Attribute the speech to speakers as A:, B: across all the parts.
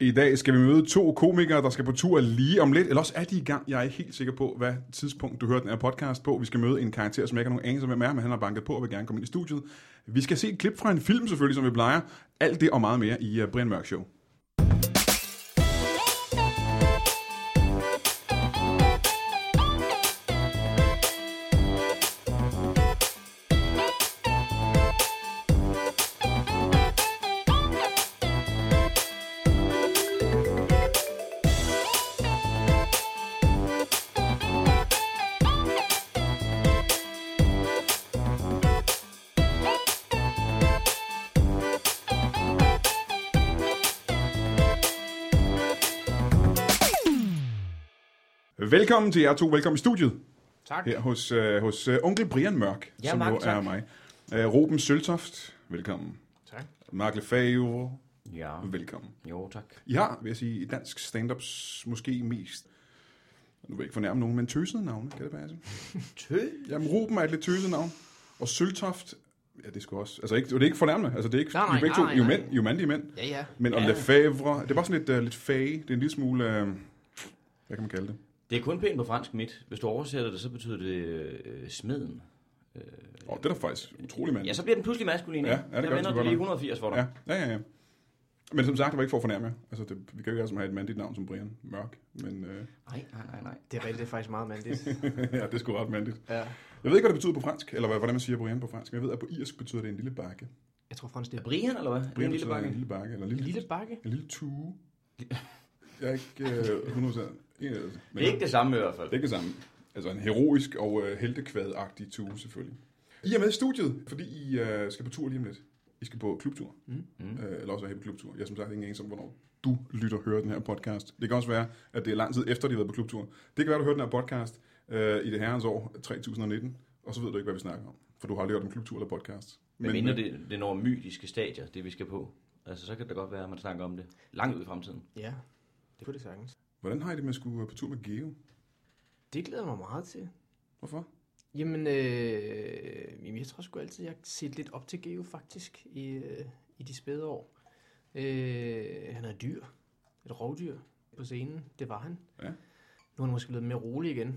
A: I dag skal vi møde 2 komikere, der skal på tur lige om lidt. Eller også er de i gang. Jeg er ikke helt sikker på, hvad tidspunkt du hører den her podcast på. Vi skal møde en karakter, som jeg ikke har nogen anelse hvem er, men han har banket på og vil gerne komme ind i studiet. Vi skal se et klip fra en film selvfølgelig, som vi plejer. Alt det og meget mere i Brian Mørk Show. Velkommen til jer to. Velkommen i studiet.
B: Tak.
A: Her hos onkel Brian Mørk,
B: ja,
A: som jo er mig. Ruben Søltoft, velkommen.
B: Tak.
A: Mark Lefebvre,
B: ja.
A: Velkommen.
B: Jo, tak.
A: I har, vil jeg sige, i dansk stand-ups måske mest, nu vil jeg ikke fornærme nogen, men tøsede navne, kan det passe? Jamen, Ruben er et lidt tøset navn, og Søltoft, ja, det skulle også, altså ikke, det er ikke fornærmende, altså det er ikke,
B: nej,
A: I begge to, I er jo mandige mænd,
B: ja.
A: Men og Lefebvre, det er bare sådan lidt fage, det er en lille smule, hvad kan man kalde det?
C: Det er kun pænt på fransk midt. Hvis du oversætter det, så betyder det smeden.
A: Det er da faktisk utrolig mandigt.
C: Ja, så bliver den pludselig maskulin.
A: Ja, det gør
C: det vender det lige 180 for dig.
A: Ja. Men som sagt, det var ikke for at fornærme jer. Altså, vi kan jo ikke have et mandigt navn som Brian Mørk. Men,
C: Nej.
B: Det er rigtigt, det er faktisk meget mandigt.
A: ja, det er sgu ret mandigt.
B: Ja.
A: Jeg ved ikke, hvad det betyder på fransk, eller hvordan man siger Brian på fransk. Men jeg ved, at på irsk betyder det en lille bakke.
B: Jeg tror fransk, det er
C: Brian, eller hvad?
A: Brian
C: en lille bakke.
A: En lille bakke. Eller
B: en lille bakke?
A: En lille tue. Jeg er ikke 100%.
C: Det er ikke det samme i hvert fald.
A: Det er ikke det samme. Altså en heroisk og heltekvad-agtig tue, selvfølgelig. I er med i studiet, fordi I skal på tur lige om lidt. I skal på klubtur. Eller også er I på klubtur. Jeg er som sagt ingen anelse om, hvornår du lytter og hører den her podcast. Det kan også være, at det er lang tid efter, de har været på klubtur. Det kan være, at du hører den her podcast i det herrens år 3019, og så ved du ikke, hvad vi snakker om. For du har aldrig hørt om klubtur eller podcast.
C: Men mindre det når mytiske stadier, det vi skal på. Altså, så kan det godt være, at man snakker om det langt ud i fremtiden.
B: Ja, det kunne det sagtens.
A: Hvordan har I det med at skulle på tur med Geo?
B: Det glæder mig meget til.
A: Hvorfor?
B: Jamen, jeg tror sgu altid, jeg har set lidt op til Geo faktisk i de spæde år. Han er dyr. Et rovdyr på scenen. Det var han.
A: Ja.
B: Nu er han måske blevet mere rolig igen.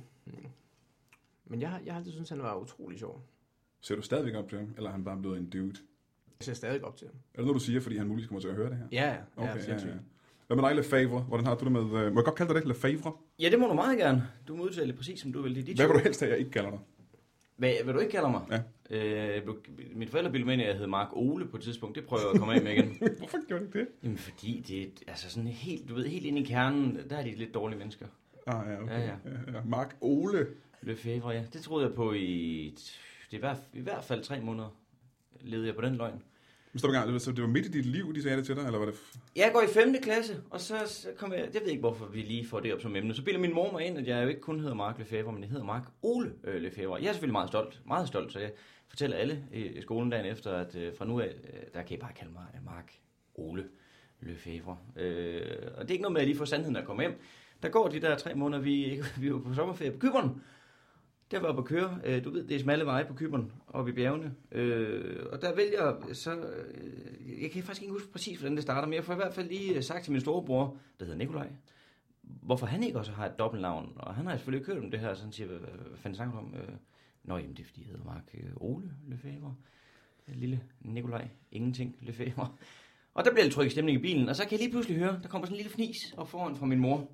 B: Men jeg har altid syntes, han var utrolig sjov.
A: Ser du stadigvæk op til ham, eller er han bare blevet en dude?
B: Jeg ser stadig op til ham.
A: Er det noget, du siger, fordi han muligvis kommer til at høre det her?
B: Ja,
A: okay, ja. Hvad med dig, Lefebvre? Hvordan har du det med... Må jeg godt kalde dig det, Lefebvre?
C: Ja, det må du meget gerne. Du må udtale det præcis, som du vil.
A: Hvad vil du helst have, jeg ikke kalder dig?
C: Hvad du ikke kalder mig?
A: Ja.
C: Mine forældre ville mene, at jeg hed Mark Ole på et tidspunkt. Det prøver jeg at komme af med igen.
A: Hvorfor gjorde de det?
C: Jamen, fordi det er altså sådan helt, du ved, helt inde i kernen, der er de lidt dårlige mennesker.
A: Ja, okay.
C: Ja.
A: Mark Ole.
C: Lefebvre, ja. Det troede jeg på i hvert fald 3 måneder. Levede jeg på den løgn.
A: Så det var midt i dit liv, de sagde det til dig, eller var det...
C: Jeg går i 5. klasse, og så kom jeg ved ikke, hvorfor vi lige får det op som emne. Så bilder min mor mig ind, at jeg jo ikke kun hedder Mark Lefebvre, men jeg hedder Mark Ole Lefebvre. Jeg er selvfølgelig meget stolt, så jeg fortæller alle i skolen dagen efter, at fra nu af, der kan I bare kalde mig Mark Ole Lefebvre. Og det er ikke noget med, at jeg lige får sandheden at komme hjem. Der går de der 3 måneder, vi var på sommerferie på Cypern. Der var jeg på at køre. Du ved, det er smalle veje på Cypern, oppe i bjergene. Og der vælger jeg så... Jeg kan faktisk ikke huske præcis, hvordan det starter, men jeg får i hvert fald lige sagt til min storebror, der hedder Nikolaj, hvorfor han ikke også har et dobbeltnavn. Og han har selvfølgelig ikke hørt om det her, så han siger, hvad fanden snakker du om? Nå, jamen det er fordi, jeg hedder Mark Ole Lefebvre. Lille Nikolaj, ingenting Lefebvre. Og der bliver lidt tryg stemning i bilen, og så kan jeg lige pludselig høre, der kommer sådan en lille fnis op foran fra min mor.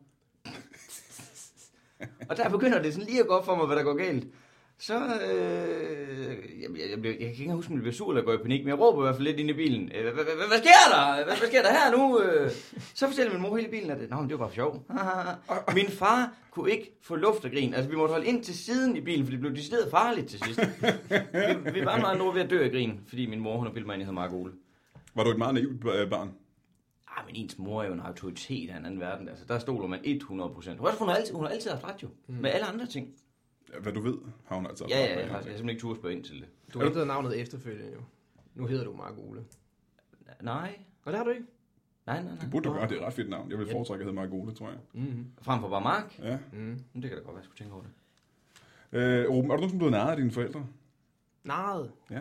C: Og der begynder det sådan lige at gå op for mig, hvad der går galt. Så, jeg kan ikke huske, om jeg bliver sur eller går i panik, men jeg råber i hvert fald lidt ind i bilen. Hvad sker der? Hvad sker der her nu? Så fortæller min mor hele bilen, at det var bare for sjov. Min far kunne ikke få luft og grin. Altså, vi måtte holde ind til siden i bilen, for det blev decideret farligt til sidst. Vi var meget nu ved at dø af grin, fordi min mor, hun har bildet mig ind, jeg hedder Mark Ole.
A: Var du et meget naivt barn?
C: Men ens mor er jo en autoritet af en anden verden. Altså, der stoler man 100%. Hun har altid haft ret jo. Med alle andre ting.
A: Ja, hvad du ved, har hun altså haft
C: ret. Ja, jeg har simpelthen ikke turde spørge ind til det.
B: Du har ændret navnet efterfølgende jo. Nu hedder du Mark Ole.
C: Nej.
B: Og det har du ikke?
C: Nej.
A: Det burde du gøre, det er et ret fedt navn. Jeg vil foretrække at hedde Mark Ole, tror jeg.
C: Frem for bare Mark?
A: Ja.
C: Det kan da godt være, jeg skulle tænke over det.
A: Ruben, er du nogen, som blevet narret af dine forældre?
B: Narret?
A: Ja.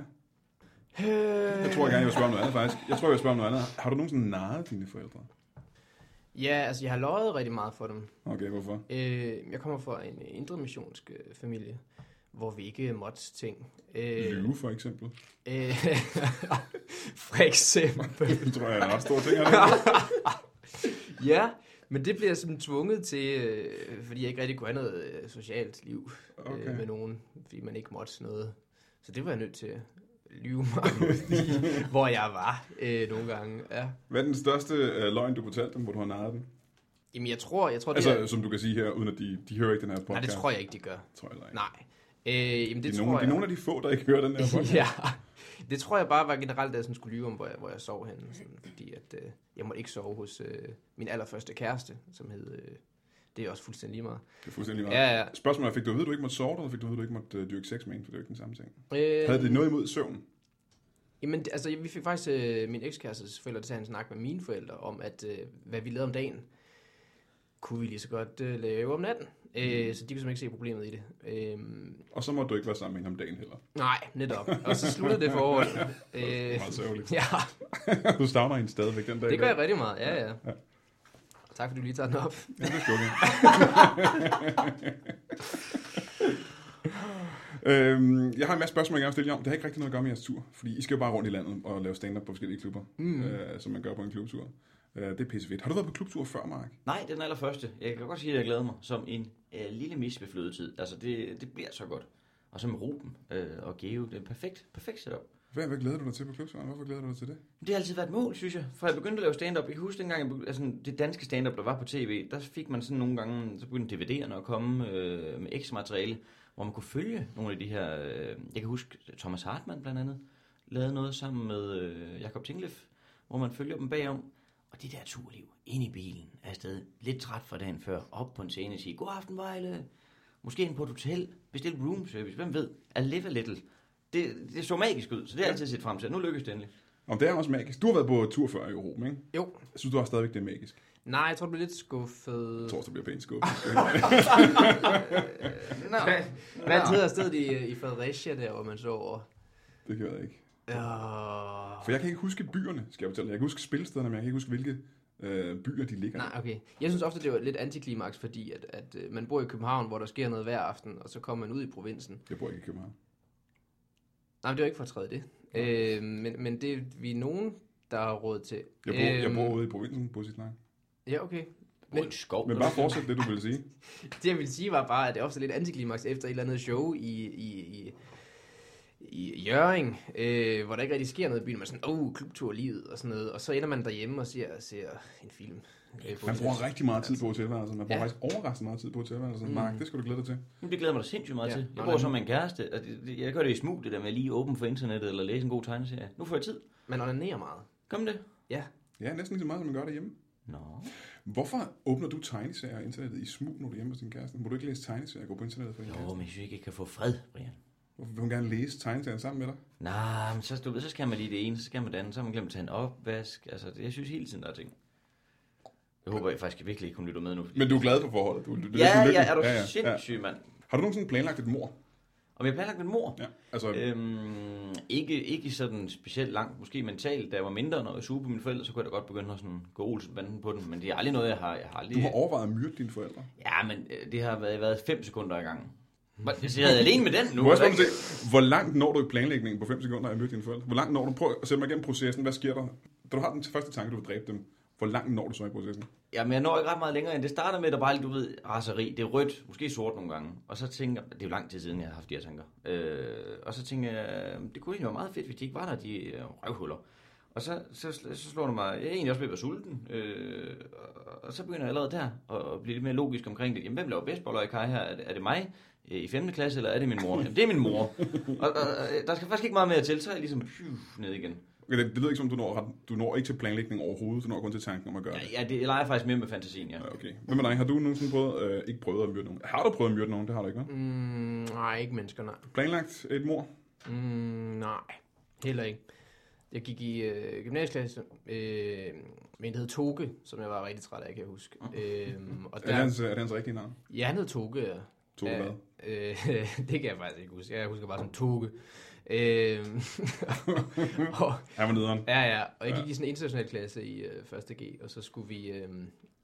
A: Jeg tror gerne, jeg vil spørge om noget andet, faktisk. Jeg tror, jeg vil spørge om noget andet. Har du nogensinde narret dine forældre?
B: Ja, altså jeg har løjet rigtig meget for dem.
A: Okay, hvorfor?
B: Jeg kommer fra en indremissionsk familie, hvor vi ikke måtte ting.
A: Lyve, for eksempel.
B: For eksempel.
A: Det tror jeg er en ret stor ting.
B: Ja, men det bliver jeg sådan tvunget til, fordi jeg ikke rigtig kunne have noget socialt liv med nogen, fordi man ikke måtte noget. Så det var jeg nødt til at lyve mig ud i, hvor jeg var nogle gange. Ja.
A: Hvad er den største løgn, du fortalte dem, hvor du har narret den?
B: Jamen jeg tror
A: altså,
B: det er...
A: som du kan sige her, uden at de hører ikke den her podcast.
B: Nej, det tror jeg ikke, de gør.
A: Tror jeg ikke.
B: Nej. Jamen, det
A: er nogle af de få, der ikke hører den her podcast.
B: Ja, det tror jeg bare var generelt, da jeg sådan skulle lyve om, hvor jeg sov henne. Sådan, fordi at, jeg måtte ikke sove hos min allerførste kæreste, som hed... det er også fuldstændig lige meget.
A: Det er fuldstændig lige meget.
B: Ja.
A: Spørgsmålet er, fik du at vide, du ikke måtte sove, eller fik du at vide, du ikke måtte dyrke sex med en, for det er jo ikke den samme ting. Havde det noget imod søvn?
B: Jamen, altså, vi fik faktisk min ekskærestes forældre til at have en snak med mine forældre om, at hvad vi lavede om dagen, kunne vi lige så godt lave om natten. Så de kunne simpelthen ikke se problemet i det.
A: Og så måtte du ikke være sammen med hende om dagen heller.
B: Nej, netop. Og så sluttede det forår.
A: Det er meget sørgeligt.
B: Ja.
A: Du savner hende stadigvæk den dag.
B: Det gør jeg rigtig meget, ja. Tak fordi du lige tager den op.
A: Ja, det skal okay. Jeg har en masse spørgsmål, jeg gerne vil stille jer om. Det har ikke rigtig noget at gøre med jeres tur, fordi I skal jo bare rundt i landet og lave stand-up på forskellige klubber, som man gør på en klubtur. Det er pissefedt. Har du været på klubtur før, Mark?
C: Nej, det er den allerførste. Jeg kan godt sige, at jeg glæder mig som en lille mis ved flødetid. Altså, det bliver så godt. Og så med Ruben og Geo, det er perfekt setup.
A: Hvad glæder du dig til på klubturen? Hvorfor glæder du dig til det?
C: Det har altid været et mål, synes jeg. Fra jeg begyndte at lave stand-up, jeg kan huske dengang, altså, det danske stand-up, der var på tv, der fik man sådan nogle gange, så begyndte DVD'erne at komme med ekstra materiale, hvor man kunne følge nogle af de her, jeg kan huske Thomas Hartmann blandt andet, lavede noget sammen med Jakob Tinglef, hvor man følger dem bagom. Og det der turliv, ind i bilen, afsted, lidt træt fra dagen før, op på en scene og sige, god aften Vejle, måske ind på et hotel, bestil room service, hvem ved, a live a little. Det så magisk ud, så det har jeg altid set frem til. Nu lykkes det endelig.
A: Og det er også magisk. Du har været på tur før i Europa, ikke?
B: Jo.
A: Jeg synes, du har stadigvæk det magisk.
B: Nej, jeg tror, du bliver lidt skuffet.
A: Jeg tror, du bliver pænt skuffet.
B: Hvad hedder stedet i Fredericia der, hvor man så over?
A: Det kan jeg ikke. For jeg kan ikke huske byerne, skal jeg fortælle dig. Jeg kan huske spilstederne, men jeg kan ikke huske, hvilke byer de ligger.
B: Nej, okay. Jeg synes ofte, det var lidt antiklimaks, fordi at man bor i København, hvor der sker noget hver aften, og så kommer man ud i provinsen.
A: Jeg bor ikke i København.
B: Nej, men det var ikke for at træde det. Men det vi er nogen, der har råd til.
A: Jeg bor ude i provinsen, på sit nej.
B: Ja, okay.
C: Men
A: bare fortsæt det, du ville sige.
B: Det, jeg ville sige, var bare, at det er ofte lidt antiklimaks efter et eller andet show i Hjørring, hvor der ikke rigtig sker noget i byen. Man er sådan, klubtur livet og sådan noget. Og så ender man derhjemme og ser en film.
A: Man bruger rigtig meget tid på hotelværelset. Man bruger faktisk overraskende meget tid på hotelværelset. Mark, det skal du glæde dig til.
C: Det glæder mig da sindssygt meget til. Jeg bor sammen med en kæreste. Jeg gør det i smug, det der med lige åbne for internettet eller læse en god tegneserie. Nu får jeg tid.
B: Man onanerer meget.
C: Kom det?
B: Ja.
A: Ja, næsten lige så meget, som man gør derhjemme.
C: Nå.
A: Hvorfor åbner du tegneserier og internettet i smug, når du er hjemme hos din kæreste? Må du ikke læse tegneserier og gå på internettet for din kæreste?
C: Men jeg synes ikke, jeg kan få fred, Brian.
A: Hvorfor vil hun gerne læse tegneserier sammen med dig?
C: Nej, men så skal man lige det ene, så skal man det andet, så har man glemt at tage en opvask. Altså, jeg synes hele tiden, der er ting. Jeg håber, jeg faktisk virkelig ikke kunne lytte med nu.
A: Men du er glad for forholdet?
C: Er du sindssyg, mand.
A: Har du nogensinde planlagt et mord?
C: Om jeg planlagt et mord?
A: Ja, altså...
C: Ikke sådan specielt langt, måske mentalt. Da jeg var mindre, når jeg suge på mine forældre, så kunne jeg da godt begynde at sådan gå Olsen-banden på den. Men det er aldrig noget, jeg har aldrig...
A: Du har overvejet at myrde dine forældre?
C: Ja, men det har været 5 sekunder i gangen. Så jeg er alene med den nu.
A: Hvor langt når du i planlægningen på 5 sekunder at myrde dine forældre? Hvor langt når du? Prøv at sætte mig igennem processen. Hvad sker der? Da du har den første tanke, du vil dræbe dem, hvor langt når du så i processen?
C: Jamen, jeg når ikke ret meget længere end det starter med, at der bare, du ved, raseri. Det er rødt, måske sort nogle gange. Og så tænker jeg, det er jo lang tid siden, jeg har haft de her tanker. Og så tænker jeg, det kunne egentlig være meget fedt, hvis de ikke var der, de røvhuller. Og så slår det mig, jeg er egentlig også ved at være sulten. Og så begynder jeg allerede der at blive lidt mere logisk omkring det. Jamen, hvem laver bedstboller i Kaj her? Er det mig i 5. klasse, eller er det min mor? Jamen, det er min mor. Og der skal faktisk ikke meget mere til, så er jeg ligesom ned igen.
A: Okay, det lyder ikke som, du når ikke til planlægning overhovedet, du når kun til tanken om at gøre det.
C: Ja, det leger faktisk mere med fantasien, ja.
A: Okay. Hvad med dig? Har du nogensinde ikke prøvet at myrde nogen? Har du prøvet at myrde nogen? Det har du ikke, hva'?
B: Nej, ikke mennesker, nej.
A: Planlagt et mord?
B: Nej, heller ikke. Jeg gik i gymnasieklasse med en, der hed Toge, som jeg var rigtig træt af, kan jeg huske. Og
A: er det hans rigtige navn?
B: Ja, han hed Toge, ja.
A: Toge hvad?
B: Det kan jeg faktisk ikke huske. Jeg husker bare som Toge.
A: Han var nederen.
B: Ja, og jeg gik i sådan en international klasse i 1. G, og så skulle vi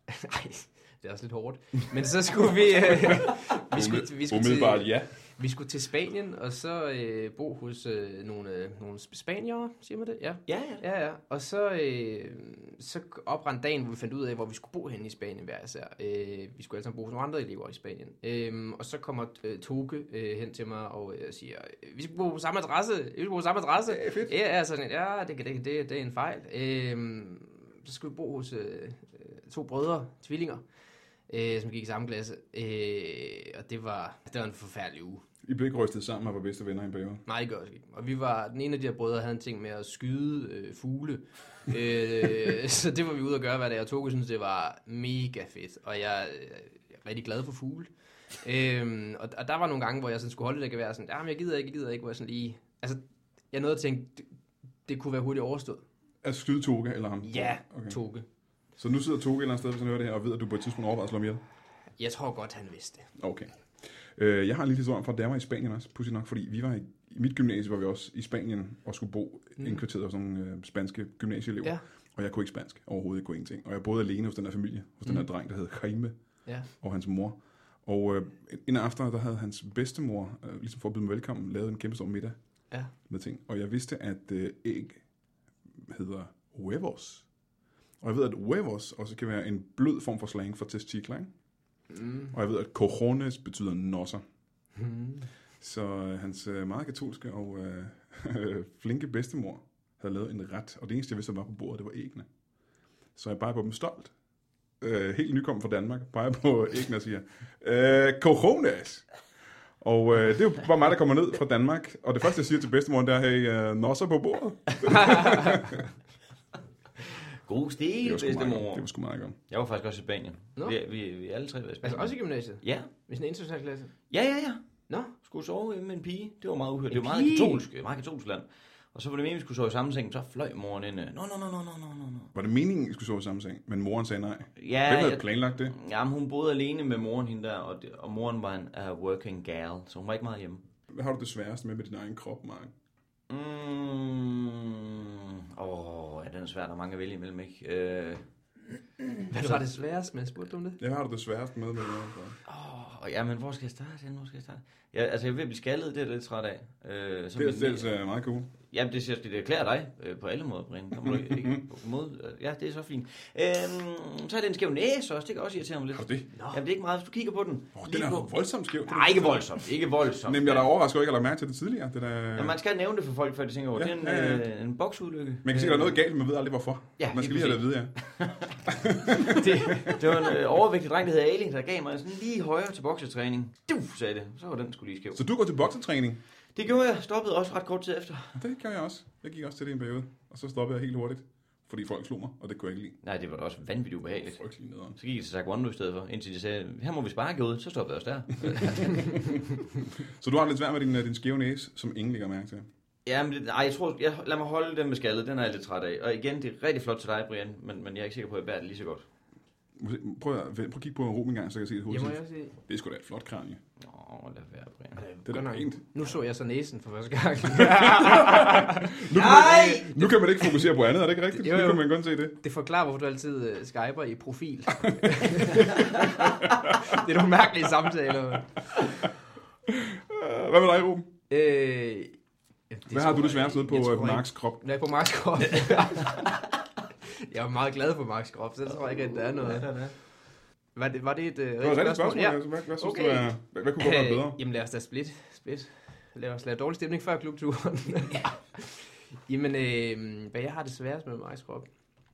B: Nej, det er også lidt hårdt. Men så skulle vi
A: Umiddelbart ja.
B: Vi skulle til Spanien, og så bo hos nogle spaniere, siger man det? Ja. Ja. Og så oprandt dagen, hvor vi fandt ud af, hvor vi skulle bo henne i Spanien hver især. Vi skulle alle sammen bo hos nogle andre elever i Spanien. Og så kommer Toge hen til mig og siger, vi skal bo på samme adresse.
A: Det er fedt.
B: Ja, sådan, det er en fejl. Så skulle vi bo hos 2 brødre, tvillinger, som gik i samme klasse. Og det var en forfærdelig uge.
A: I blev ikke rystet sammen og var bedste venner i en periode?
B: Nej, det gør det ikke. Og den ene af de her brødre havde en ting med at skyde fugle. Så det var vi ude at gøre hver dag, og Toge synes, det var mega fedt. Og jeg er rigtig glad for fugle. Og der var nogle gange, hvor jeg sådan skulle holde det gevær sådan, men jeg gider ikke, hvor jeg sådan lige... Altså, jeg nåede at tænke, det kunne være hurtigt overstået.
A: At skyde Toge eller ham?
B: Ja, okay. Toge.
A: Så nu sidder Toge et eller andet sted, hvis han hører det her, og ved, at du på et tidspunkt overvejer at slå ham ihjel?
B: Jeg tror godt, han vidste det.
A: Okay. Jeg har en lille historie fra, da jeg var i Spanien også, pudsigt nok, fordi vi var i mit gymnasie, var vi også i Spanien og skulle bo indkvarteret hos nogle spanske gymnasieelever. Ja. Og jeg kunne ikke spansk, overhovedet ikke kunne ingenting. Og jeg boede alene hos den der familie, hos den der dreng, der hed Jaime, og hans mor. Og en aften, der havde hans bedstemor, ligesom for at byde mig velkommen, lavet en kæmpe stor middag med ting. Og jeg vidste, at æg hedder huevos. Og jeg ved, at huevos også kan være en blød form for slang for testikler, ikke? Og jeg ved, at cojones betyder nosser. Så hans meget katolske og flinke bedstemor havde lavet en ret, og det eneste, jeg vidste, der var på bordet, det var æggene. Så jeg peger på dem stolt. Helt nykommen fra Danmark, peger på æggene og siger, cojones! Og det er jo bare mig, der kommer ned fra Danmark, og det første, jeg siger til bedstemoren, det er, hey, nosser på bordet.
C: God stil, bedstemor.
A: Det var sgu meget godt.
C: Jeg var faktisk også i Spanien. Vi alle 3 var i Spanien.
B: Altså også i gymnasiet?
C: Ja.
B: I sådan en international klasse?
C: Ja.
B: Nå?
C: Skulle sove med en pige. Det var meget uhørt. Det var meget katolsk land. Og så var det meningen, vi skulle sove i samme seng, så fløj moren ind. No.
A: Var det meningen, I skulle sove i samme seng, men moren sagde nej?
C: Ja.
A: Hvem havde planlagt det?
C: Jamen, hun boede alene med moren hende der, og moren var en working gal, så hun var ikke meget hjemme.
A: Hvad har du det sværeste med din egen krop, Mark?
C: Den er svært, der er mange at vælge imellem, ikke?
B: Hvad var det sværest med? Spurgte du om det?
A: Jeg har det sværest med
C: men hvor skal jeg starte? Ja, altså, jeg vil blive skaldet, det er lidt træt af.
A: Det er meget cool.
C: Jamen, det klæder dig på alle måder, Brian. Ja, det er så fint. Så er det en skæv næse også, det kan også irritere mig lidt.
A: Har du det?
C: Jamen, det er ikke meget, hvis du kigger på den.
A: Den er voldsomt skæv.
C: Nej, ikke voldsomt.
A: Nemlig, jeg er da overrasket, ikke at lade mærke til det tidligere. Det der...
C: Ja, man skal nævne det for folk, før de tænker over. Det er en boksulykke.
A: Man kan sige, at der er noget galt, men man ved aldrig hvorfor. Ja, man skal lige have det at vide,
C: det var en overvægtig dreng, der hed Ali, der gav mig sådan lige højere til boksetræning. Sagde det. Så var den skulle lige skæv.
A: Så du går til boksetræning?
C: Det gjorde jeg. Stoppede også ret kort tid efter.
A: Det gjorde jeg også. Jeg gik også til det i en periode. Og så stoppede jeg helt hurtigt. Fordi folk slog mig, og det kunne jeg ikke lide.
C: Nej, det var da også vanvittigt ubehageligt.
A: Frygtelig nederen.
C: Så gik jeg til taekwondo i stedet for, indtil de sagde, her må vi sparke ud. Så stoppede jeg også der.
A: Så du har lidt svært med din skæve næse, som ingen lægger mærke til?
C: Ja, men lad mig holde den med skaldet. Den er jeg lidt træt af. Og igen, det er rigtig flot til dig, Brian, men jeg er ikke sikker på, at jeg bærer det lige så godt.
A: Prøv at kigge på en rum en gang, så jeg kan se det hurtigt.
B: Det
A: er sgu da et flot kranje.
C: Lad være, Brian.
A: Det er da pænt.
B: Nu så jeg så næsen for første gang.
A: Nu kan man ikke fokusere på andet, er det ikke rigtigt? Nu kan man kun se det.
B: Det forklarer, hvorfor du altid skyper i profil. Det er nogle mærkelige samtaler.
A: Hvad med dig, Ruben? Hvad har du det sværest på Marks krop?
B: Nej, på Marks krop. Jeg er meget glad for Marks krop, så jeg tror ikke, at der er noget. Var det et
A: rigtigt spørgsmål? Ja. Hvad synes du hvad kunne være bedre?
B: Jamen lad os da split. Lad os lave dårlig stemning før klubturen. Jamen, hvad jeg har det sværest med Marks krop?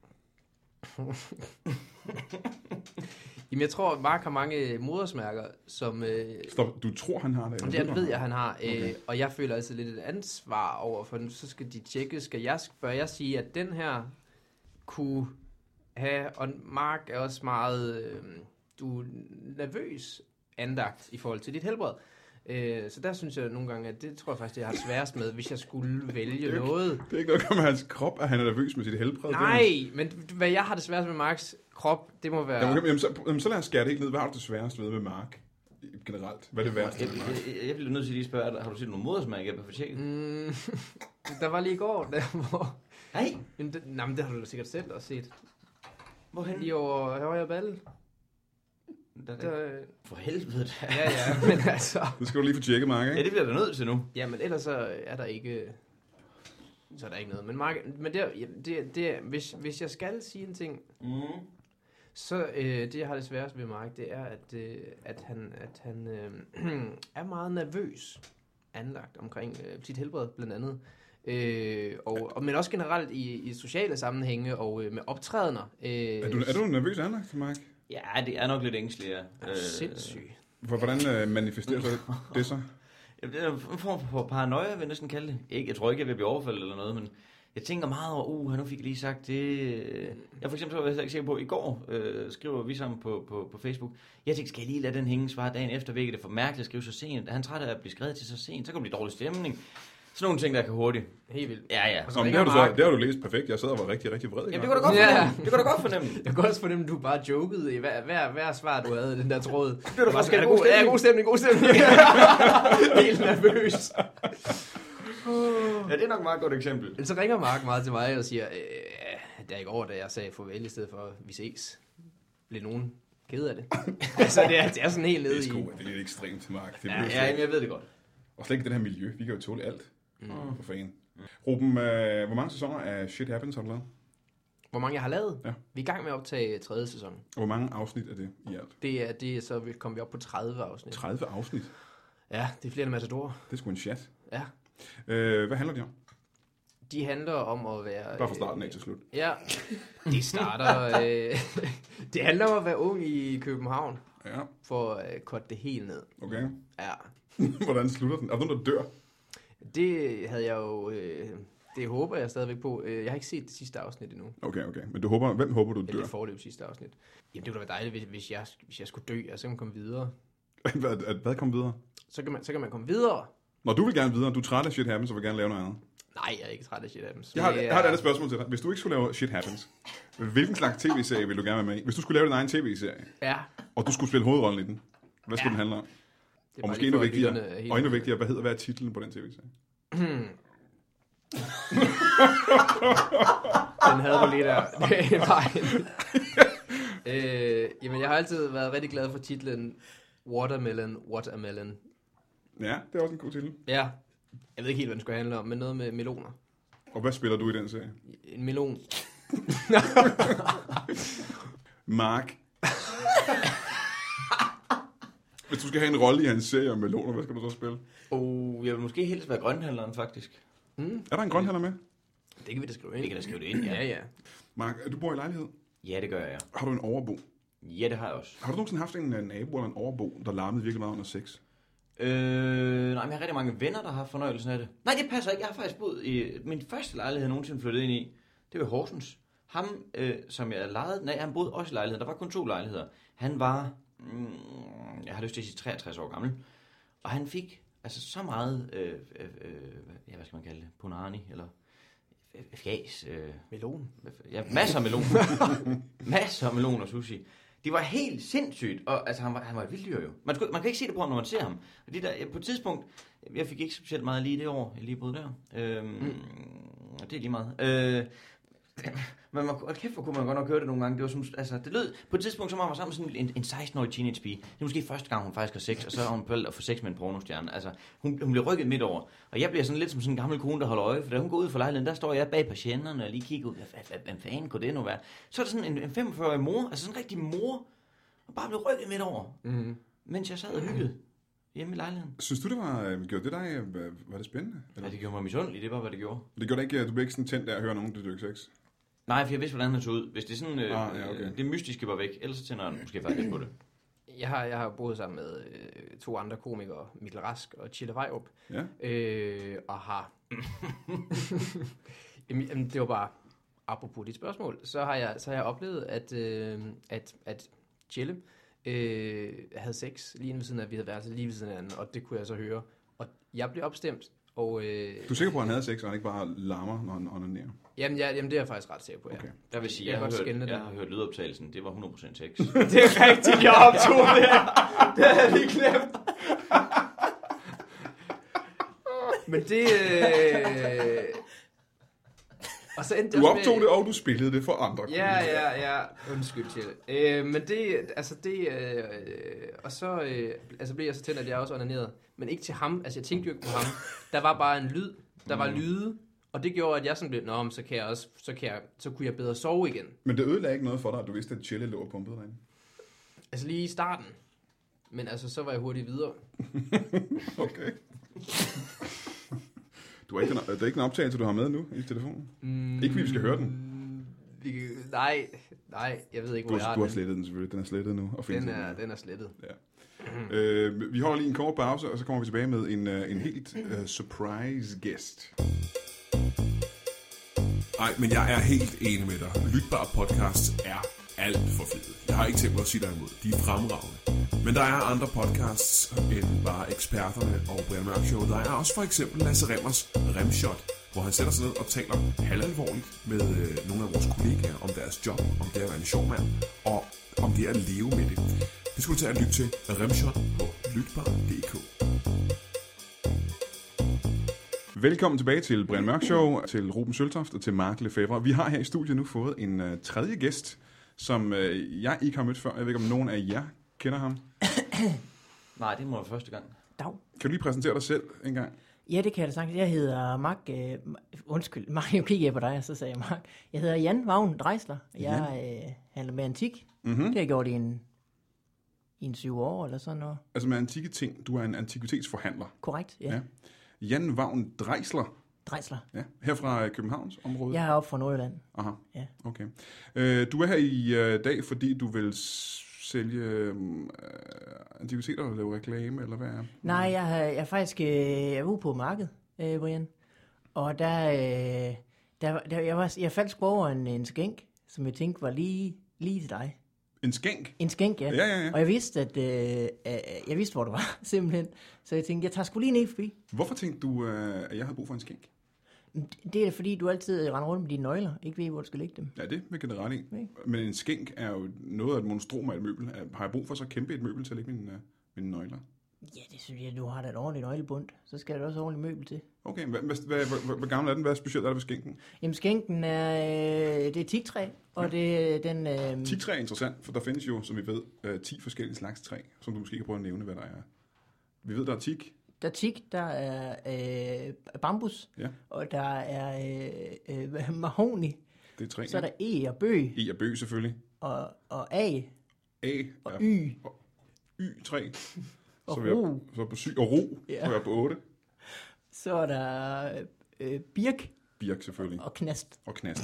B: Jamen, jeg tror, Mark har mange modersmærker, som...
A: Stop, du tror, han har det?
B: Eller det ved jeg, han har. Okay. Og jeg føler altid lidt et ansvar over, for så skal de tjekke. Bør jeg sige, at den her kunne have... Og Mark er også meget... du er nervøs andagt i forhold til dit helbred. Så der synes jeg nogle gange, at det tror jeg faktisk, jeg har sværest med, hvis jeg skulle vælge noget.
A: Det er ikke noget med hans krop, at han er nervøs med sit helbred.
B: Nej, men hvad jeg har det sværest med Marks krop, det må være...
A: Jamen, så lad os skære det helt ned. Hvad har du det sværest ved Mark generelt? Hvad er det værste?
C: Jeg bliver nødt til lige at spørge dig, har du set nogle modersmærker, jeg kan få tjekket?
B: Der var lige i går, der hvor...
C: Nej.
B: Men det har du da sikkert selv også set.
C: Hvorhen?
B: Lige over Høje Balle.
C: For helvede.
B: Ja, men altså...
A: Det skal du lige få tjekket, Mark, ikke?
C: Ja, det bliver der nødt til nu.
B: Ja, men ellers så er der ikke... Så er der ikke noget. Men Mark, hvis jeg skal sige en ting, så det jeg har det sværest ved Mark, det er, at han er meget nervøs anlagt omkring sit helbred, blandt andet. Men også generelt i sociale sammenhænge og med optrædener.
A: Er du nervøs anlagt, Mark?
C: Ja, det er nok lidt ængstelig, ja.
B: Sindssygt.
A: Hvordan manifesterer sig det så?
C: Ja, det er en form for paranoia, vil jeg næsten kalde det. Jeg tror ikke, jeg vil blive overfaldet eller noget, men jeg tænker meget over, nu fik jeg lige sagt det. Jeg for eksempel så var jeg ikke sikker på, i går skriver vi sammen på Facebook, jeg tænkte, skal jeg lige lade den hænge svare dagen efter, hvilket det er for mærkeligt at skrive så sent. Han træt af at blive skrevet til så sent, så kan det blive dårlig stemning. Sådan nogle ting, der kan hurtigt.
B: Helt vildt.
C: Ja.
A: Det har du læst perfekt. Jeg sad og var rigtig, rigtig vred.
C: Jamen, det kunne da godt fornemme.
B: Jeg kunne også fornemme, at du bare jokede i hver svar, du havde den der tråd.
C: Det var da faktisk
B: god stemning. Helt nervøs.
C: Ja, det er nok et meget godt eksempel.
B: Men så ringer Mark meget til mig og siger, der i går, da jeg sagde farvel i stedet for, vi ses, blev nogen ked af det. Altså, det er sådan helt nede i...
A: Det er lidt ekstremt til Mark.
C: Ja, jeg ved det godt.
A: Og slet ikke det her miljø. Vi kan jo tåle alt. For fanden. Ruben, hvor mange sæsoner af Shit Happens har du lavet?
B: Hvor mange jeg har lavet?
A: Ja.
B: Vi er i gang med at optage 3. sæson.
A: Og hvor mange afsnit er det i alt?
B: Det er så kommer vi op på 30 afsnit.
A: 30 afsnit?
B: Ja, det er flere end Matador.
A: Det er sgu en chat.
B: Ja.
A: Hvad handler de om?
B: De handler om at være...
A: Bare fra starten af til slut.
B: Ja, de starter... det handler om at være ung i København.
A: Ja.
B: For at korte det helt ned.
A: Okay.
B: Ja.
A: Hvordan slutter den? Er der nogen, der dør?
B: Det havde jeg jo... det håber jeg stadigvæk på. Jeg har ikke set det sidste afsnit endnu.
A: Okay. Men hvem håber du dør?
B: Eller det forløb sidste afsnit. Jamen, det ville da være dejligt, hvis jeg skulle dø, og så kan man komme videre.
A: Hvad kom videre?
B: Så kan man komme videre.
A: Nå, du vil gerne videre. Du er træt af Shit Happens, og vil gerne lave noget andet.
B: Nej, jeg er ikke træt af Shit Happens.
A: Jeg har et andet spørgsmål til dig. Hvis du ikke skulle lave Shit Happens, hvilken slags tv-serie vil du gerne være med i? Hvis du skulle lave din egen tv-serie, og du skulle spille hovedrollen i den, hvad skulle den handle om? Og måske endnu vigtigere, hvad er titlen på den tv-serie?
B: Den havde du lige der. Jamen, jeg har altid været rigtig glad for titlen Watermelon, Watermelon.
A: Ja, det er også en god titel.
B: Ja, jeg ved ikke helt, hvad den skulle handle om, men noget med meloner.
A: Og hvad spiller du i den serie?
B: En melon.
A: Mark. Hvis du skal have en rolle i hans serie om meloner, hvad skal du så spille?
C: Jeg vil måske helst være grønhandleren, faktisk.
A: Er der en grønhandler med?
B: Det kan vi da skrive ind.
C: Det kan da skrive det ind, ja.
B: Mark,
A: du bor i lejlighed?
C: Ja, det gør jeg.
A: Har du en overbo?
C: Ja, det har jeg også.
A: Har du nogensinde haft en nabo eller en overbo, der larmede virkelig meget under sex?
C: Nej, men jeg har rigtig mange venner, der har fornøjelsen af det. Nej, det passer ikke. Jeg har faktisk boet i min første lejlighed, jeg nogensinde flyttet ind i. Det var Horsens. Ham, som jeg lejede... Nej, han boede også i lejligheden. Der var kun 2 lejligheder. Han var... jeg har lyst til at sige 63 år gammel. Og han fik altså så meget... hvad skal man kalde det? Punani, eller... Fjas.
B: Melon.
C: Ja, masser af melon. Masser af melon og sushi. Det var helt sindssygt, og altså, han var et vildt dyr jo. Man kan ikke se det på ham, når man ser ham. Fordi på et tidspunkt, jeg fik ikke specielt meget lige det år, jeg lige boede der. Og det er lige meget. Men kæft, hvor kunne man godt nok høre det nogle gange. Det var som, altså, det lød, på et tidspunkt, så var man sammen med sådan en 16-årig teenage-pige. Det er måske første gang, hun faktisk har sex, og så har hun prøvet at få sex med en pornostjerne. Altså, hun bliver rykket midt over. Og jeg bliver sådan lidt som sådan en gammel kone, der holder øje. For da hun går ud fra lejligheden, der står jeg bag patienterne og lige kigger ud. Hvad fanden kunne det nu være? Så er der sådan en 45-årig mor, altså sådan en rigtig mor, og bare blev rykket midt over. Mens jeg sad og hyggede hjemme i lejligheden.
A: Synes du, gjorde det dig, var det spændende? Eller?
C: Ja, det gjorde mig misundelig, det var, hvad det gjorde.
A: Det gjorde ikke, du blev ikke sådan tændt af at høre nogen, der dyrke sex?
C: Nej, for jeg vidste, hvordan han så ud. Hvis det er sådan,
A: okay.
C: det mystiske var væk, ellers så tænder han måske faktisk på det.
B: Jeg har boet sammen med 2 andre komikere, Mikkel Rask og Chille Vejrup.
A: Ja.
B: Og har... Jamen, det var bare, apropos dit spørgsmål, så har jeg oplevet, at Chille havde sex lige ved siden af, vi havde været lige ved siden af anden, og det kunne jeg så høre. Og jeg blev opstemt, og...
A: Du er sikker på, at han havde sex, og han ikke bare larmer, når han onanerer?
B: Jamen, det er jeg faktisk ret sikker på, ja.
A: Okay.
C: Jeg vil sige, jeg har hørt lydoptagelsen, det var 100% sex.
B: Det er rigtigt, jeg optog det her. Det havde jeg lige glemt. Men det... Og så endte
A: Du
B: jeg
A: optog det, og du spillede det for andre.
B: Ja. Undskyld til det. Men og så blev jeg så tændt, at jeg også onanerede. Men ikke til ham. Altså, jeg tænkte jo ikke på ham. Der var bare en lyd. Der var lyde. Og det gjorde, at jeg sådan blev, så kunne jeg bedre sove igen.
A: Men det ødelagde ikke noget for dig, at du vidste, at Chelle lå og pumpede derinde?
B: Altså lige i starten. Men altså, så var jeg hurtigt videre.
A: Okay. Der er ikke en optagelse, du har med nu i telefonen? Ikke fordi vi skal høre den.
B: Nej, jeg ved ikke, hvor jeg har den.
A: Du har slettet den selvfølgelig. Den er slettet nu. Og
B: den er slettet.
A: Ja. Vi holder lige en kort pause, og så kommer vi tilbage med en helt surprise gæst.
D: Nej, men jeg er helt enig med dig. Lytbare podcasts er alt for fede. Jeg har ikke tænkt mig at sige dig imod. De er fremragende. Men der er andre podcasts end bare Eksperterne og Brian Mørk Show. Der er også for eksempel Lasse Rimmers Rimshot, hvor han sætter sig ned og taler halvalvorligt med nogle af vores kollegaer om deres job, om det at være en sjov mand, og om det at leve med det. Det skulle du tage at lytte til Rimshot på lytbar.dk.
A: Velkommen tilbage til Brian Mørk Show, til Ruben Søltoft og til Mark Lefebvre. Vi har her i studiet nu fået en tredje gæst, som jeg ikke har mødt før. Jeg ved ikke, om nogen af jer kender ham.
C: Nej, det må være første gang.
E: Dag.
A: Kan du lige præsentere dig selv en gang?
E: Ja, det kan jeg da sagtens. Jeg hedder Mark... Mark, nu kigger jeg på dig, og så sagde jeg Mark. Jeg hedder Jan Vagn Dreisler. Jeg handler med antik.
A: Mm-hmm.
E: Det har jeg gjort i en 7 år eller sådan noget.
A: Altså med antikke ting. Du er en antikvitetsforhandler.
E: Korrekt, ja.
A: Jan Vagn Dreisler.
E: Dreisler.
A: Ja, her fra Københavns område.
E: Jeg er oppe fra Nordjylland.
A: Aha,
E: ja.
A: Okay. Du er her i dag, fordi du vil sælge antikviteter og lave reklame, eller hvad er?
E: Nej, jeg er faktisk ude på markedet, Brian. Og jeg faldt over en skænk, som jeg tænkte var lige til dig.
A: En skænk?
E: En skænk, ja.
A: Ja.
E: Og jeg vidste, jeg vidste, hvor du var, simpelthen. Så jeg tænkte, jeg tager sgu lige ned forbi.
A: Hvorfor tænkte du, at jeg havde brug for en skænk?
E: Det er fordi, du altid render rundt med dine nøgler. Ikke ved, hvor du skal lægge dem.
A: Ja, det vil jeg ret i.
E: Okay.
A: Men en skænk er jo noget af et monstrum af et møbel. Har jeg brug for så kæmpe et møbel til at lægge mine nøgler?
E: Ja, det synes jeg, du har da et ordentligt nøglebund. Så skal der også ordentligt møbel til.
A: Okay, hvor gammel er den? Hvad specielt er der ved skænken?
E: Jamen, skænken det er teaktræ, og det den...
A: Teaktræ er interessant, for der findes jo, som vi ved, 10 forskellige slags træ, som du måske kan prøve at nævne, hvad der er. Vi ved, der er teak.
E: Der er teak, der er bambus,
A: ja.
E: Og der er mahogni.
A: Det er træ.
E: Så er der e og bøg.
A: E og bøg, selvfølgelig.
E: Og a.
A: A.
E: Og y.
A: Og y3.
E: Og
A: ro. Så er på syg. Og ro. Ja. Så er på 8.
E: Så er der birk.
A: Birk, selvfølgelig.
E: Og knast.
A: Og knast.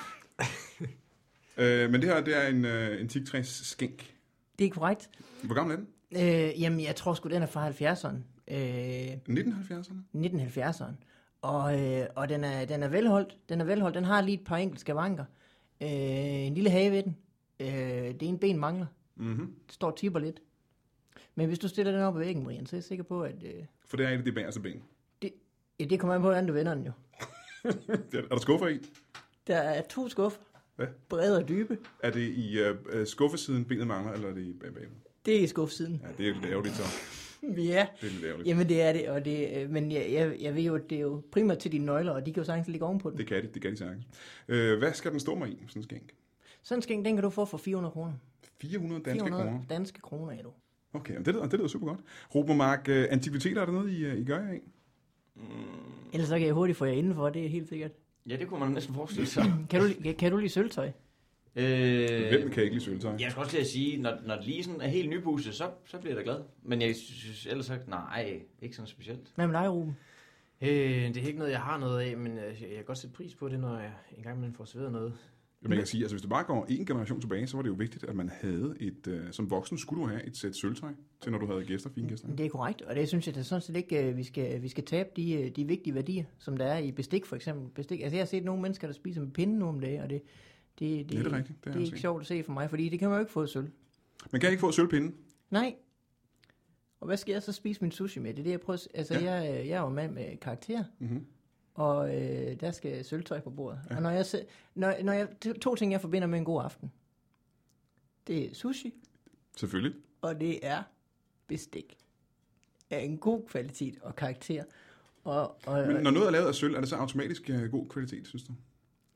A: Men det her, det er en teaktræs skænk.
E: Det er korrekt.
A: Hvor gammel er den?
E: Jamen, jeg tror sgu, den er fra 70'erne.
A: 1970'erne?
E: 1970'erne. Og den er velholdt. Den har lige et par enkelte skavanker. En lille have ved den. Det ene ben mangler.
A: Mm-hmm. Det
E: står og tipper lidt. Men hvis du stiller den op ad væggen, Brian, så er jeg sikker på, at...
A: For det er det bagerste ben.
E: Det kommer an på, hvordan du vender den jo.
A: Er der skuffer i?
E: Der er 2 skuffer.
A: Hvad?
E: Brede og dybe.
A: Er det i skuffesiden, benet mangler, eller er det i bagved?
E: Det er i skuffesiden.
A: Ja, det er jo lidt ærgerligt så.
E: Ja,
A: det er lidt ærgerligt.
E: Jamen det er det, og men jeg ved jo, at det er jo primært til dine nøgler, og de kan jo sagtens ligge ovenpå den.
A: Det kan de sagtens. Hvad skal den stå mig i, sådan en skænk?
E: Sådan en skænk, den kan du få for 400 kroner.
A: 400 danske kroner?
E: 400 danske kroner, ja du.
A: Okay, det lyder super godt. Ruben Mark, antikviteter, er der noget, I gør af?
E: Ellers så kan jeg hurtigt få jer indenfor, det er helt sikkert.
C: Ja, det kunne man næsten forestille sig.
E: Kan du lide sølvtøj?
A: Hvem kan ikke lide sølvtøj?
C: Jeg skal også lige at sige, når det lige sådan er helt nypudset, så bliver jeg da glad. Men jeg synes ellers sagt, nej, ikke sådan specielt.
E: Hvad med dig, Ruben?
B: Det er ikke noget, jeg har noget af, men jeg kan godt sætte pris på det, når jeg engang imellem får serveret noget.
A: Man kan sige, altså hvis du bare går en generation tilbage, så var det jo vigtigt, at man havde som voksen skulle du have et sæt sølvtøj til, når du havde gæster, fine gæster.
E: Det er korrekt, og det synes jeg, det er sådan set ikke, vi skal tabe de vigtige værdier, som der er i bestik for eksempel. Bestik. Altså jeg har set nogle mennesker, der spiser med pinde nu om dagen, og det er rigtigt. Det er ikke sjovt at se for mig, fordi det kan man jo ikke få sølv.
A: Man kan ikke få sølvpinde?
E: Nej. Og hvad skal jeg så spise min sushi med? Det er det, jeg prøver. Altså jeg er jo mand med karakter.
A: Mm-hmm.
E: Og der skal sølvtøj på bordet. Ja. Og når jeg 2 ting, jeg forbinder med en god aften. Det er sushi.
A: Selvfølgelig.
E: Og det er bestik. Af en god kvalitet og karakter.
A: Men når noget er lavet af sølv, er det så automatisk god kvalitet, synes du?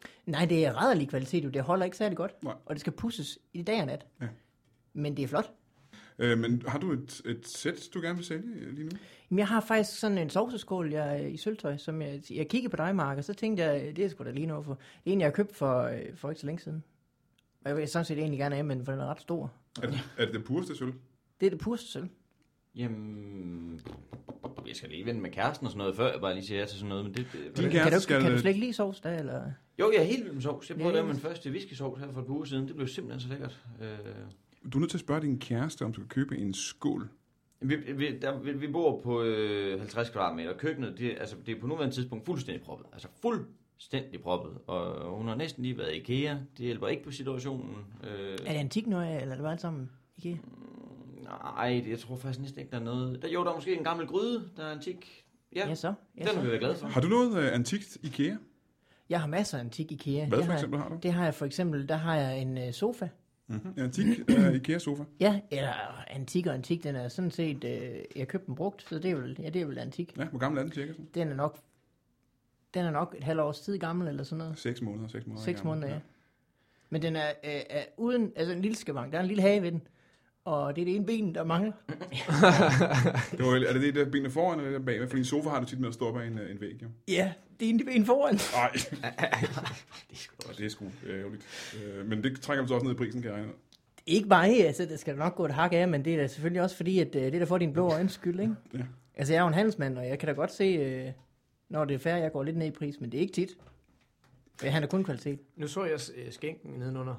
E: Nej, det er rædderlig kvalitet, jo. Det holder ikke særlig godt.
A: Nej.
E: Og det skal pusses i dag og nat.
A: Ja.
E: Men det er flot.
A: Men har du et sæt, du gerne vil sælge lige nu?
E: Jamen, jeg har faktisk sådan en sovseskål i sølvtøj, som jeg kiggede på dig, Mark, og så tænkte jeg, det er sgu da lige noget for. Det er en, jeg har købt for ikke så længe siden. Og jeg vil sådan set egentlig gerne af med den, for den er ret stor.
A: Er det pureste sølv?
E: Det er det pureste sølv.
C: Jamen, jeg skal lige vende med kæresten og sådan noget, før jeg bare lige siger ja til sådan noget. Men
E: Kan du slet ikke lide sovs da, eller?
C: Jo, jeg er helt vild med sovs. Jeg prøvede at lave min første whiskysovs her for et par uger siden. Det blev simpelthen så lækkert.
A: Du er nødt til at spørge din kæreste, om du kan købe en skål.
C: Vi bor på 50 kvadratmeter. Køkkenet, det er på nuværende tidspunkt fuldstændig proppet. Altså fuldstændig proppet. Og hun har næsten lige været i IKEA. Det hjælper ikke på situationen.
E: Er det antik noget, eller er det bare alt sammen IKEA?
C: Nej, jeg tror faktisk næsten ikke, der er noget. Der er måske en gammel gryde, der er antik. Ja,
E: så.
C: Den er vi være glade for.
A: Har du noget antikt IKEA?
E: Jeg har masser af antik IKEA.
A: Hvad for eksempel har du?
E: Det har jeg for eksempel, der har jeg en sofa.
A: Mm-hmm. En antik IKEA-sofa?
E: Ja, eller antik og antik, den er sådan set, jeg købte den brugt, så det er vel antik.
A: Ja, hvor gammel er den cirka?
E: Den er nok et halvt års tid gammel, eller sådan noget.
A: 6 måneder.
E: 6 måneder, ja. Men den er uden, altså en lille skavang, der er en lille hage ved den, og det er det ene ben, der mangler.
A: Er det det der benene foran, eller det der bagved? Fordi en sofa har du tit med at stå op af en væg, jo.
E: Ja, det er ene ben foran.
A: Nej. Det er sgu ærgerligt. Men det trækker du så også ned i prisen, kan jeg regne ud.
E: Ikke mig, altså det skal nok gå et hak af, men det er da selvfølgelig også fordi, at det er der får din blå øjens skyld, ikke?
A: Ja.
E: Altså jeg er jo en handelsmand, og jeg kan da godt se, når det er fair, jeg går lidt ned i pris, men det er ikke tit. Jeg handler kun kvalitet.
B: Nu så jeg skænken nedenunder.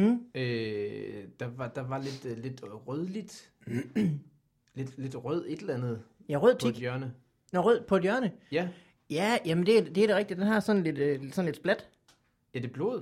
B: Der var lidt rødligt. lidt rød et eller andet.
E: Ja, rød
B: på
E: tik.
B: Et hjørne.
E: Nå, rød på et hjørne?
B: Ja.
E: Ja, jamen det er det rigtigt. Den har sådan lidt splat.
B: Ja, det er blod.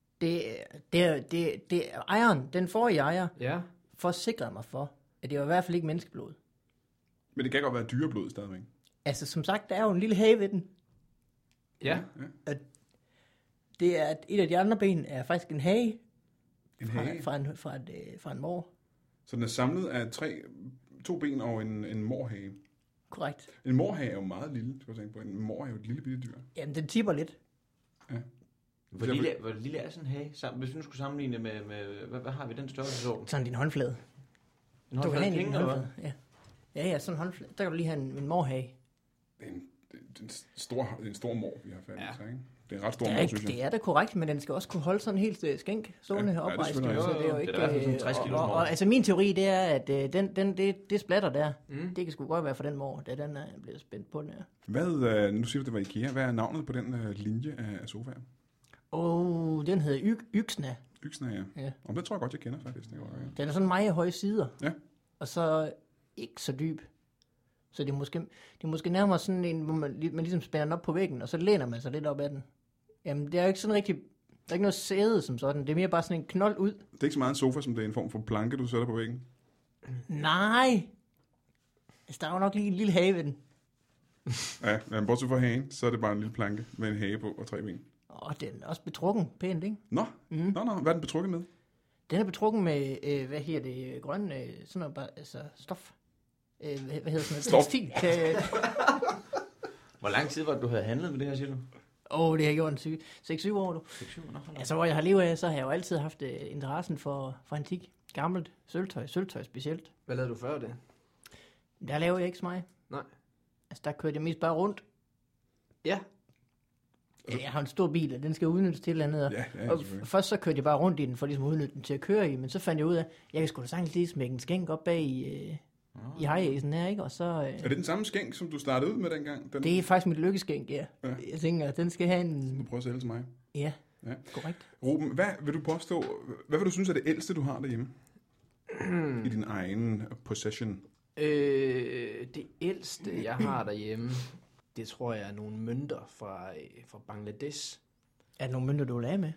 E: Det er ejeren, den forrige ejer,
B: Ja.
E: forsikrede mig for, at det var i hvert fald ikke menneskeblod.
A: Men det kan godt være dyreblod stadigvæk.
E: Altså, som sagt, der er jo en lille hage ved den.
B: Ja.
E: Det er, et af de andre ben er faktisk en hage.
A: En hage?
E: Fra en mor.
A: Så den er samlet af 2 ben og en morhage.
E: Korrekt.
A: En morhage er jo meget lille, skal jeg tænke på. En mor er jo et lille bitte dyr.
E: Jamen, den tipper lidt.
A: Ja.
C: Hvor lille er sådan en hage? Hvis vi nu skulle sammenligne med hvad har vi den størrelsesorden?
E: Sådan din håndflade.
C: En håndflade penge, eller hvad?
E: Ja. Ja, sådan en håndflade. Der kan du lige have en morhage.
A: Det er en stor mor, vi har fat i, ikke? Det er en ret stor
E: mor,
A: synes jeg.
E: Det er da korrekt, men den skal også kunne holde sådan helt skænk, stående oprejst.
A: Det er
E: jo ikke,
C: det er sådan 60 kilo
E: og altså min teori, det er, at det splatter der, det kan sgu godt være for den mor, da den er blevet spændt på den her.
A: Hvad, nu siger du, det var IKEA. Hvad er navnet på den linje af sofaer?
E: Den hedder Yxna.
A: Yxna, ja. Og det tror jeg godt, jeg kender faktisk.
E: Den er sådan meget høje sider.
A: Ja.
E: Og så ikke så dyb. Så det er måske nærmere sådan en, hvor man ligesom spænder den op på væggen, og så læner man sig lidt op ad den. Jamen, det er jo ikke sådan rigtig... Der er ikke noget sæde som sådan. Det er mere bare sådan en knold ud.
A: Det er ikke så meget en sofa, som det er en form for planke, du sætter på væggen?
E: Nej. Altså, der er jo nok lige en lille hage ved den.
A: Ja, men bortset fra hagen, så er det bare en lille planke med en hage på og 3 ben.
E: Og den er også betrukken pænt, ikke?
A: Nå, Hvad er den betrukket med?
E: Den er betrukken med, grøn, sådan noget bare, altså stof. Hvad hedder sådan noget? Tekstil.
C: Hvor lang tid var det, du havde handlet med det her, siger du?
E: Det har jeg gjort 6-7 år, du. 6-7 år? Altså, hvor jeg har levet af, så har jeg jo altid haft interessen for antik. Gammelt sølvtøj specielt.
B: Hvad lavede du før det?
E: Der laver jeg ikke så meget.
B: Nej.
E: Altså, der kørte jeg mest bare rundt.
B: Ja.
E: Jeg har en stor bil, og den skal udnyttes til et eller andet.
A: Ja,
E: og først så kørte jeg bare rundt i den, for ligesom at udnytte den til at køre i. Men så fandt jeg ud af, at jeg kan sgu da sagtens lige smække en skænk op bag i hajæsen her, ikke? Og så...
A: Er det den samme skænk, som du startede ud med dengang?
E: Det er faktisk mit lykkeskænk, ja. Jeg tænker, den skal have en...
A: Du prøver at sælge til mig.
E: Ja, korrekt.
A: Ruben, hvad vil du påstå? Hvad vil du synes er det ældste, du har derhjemme? I din egen possession?
B: Det ældste, jeg har derhjemme, det tror jeg er nogle mønter fra Bangladesh.
E: Er det nogle mønter, du vil have med?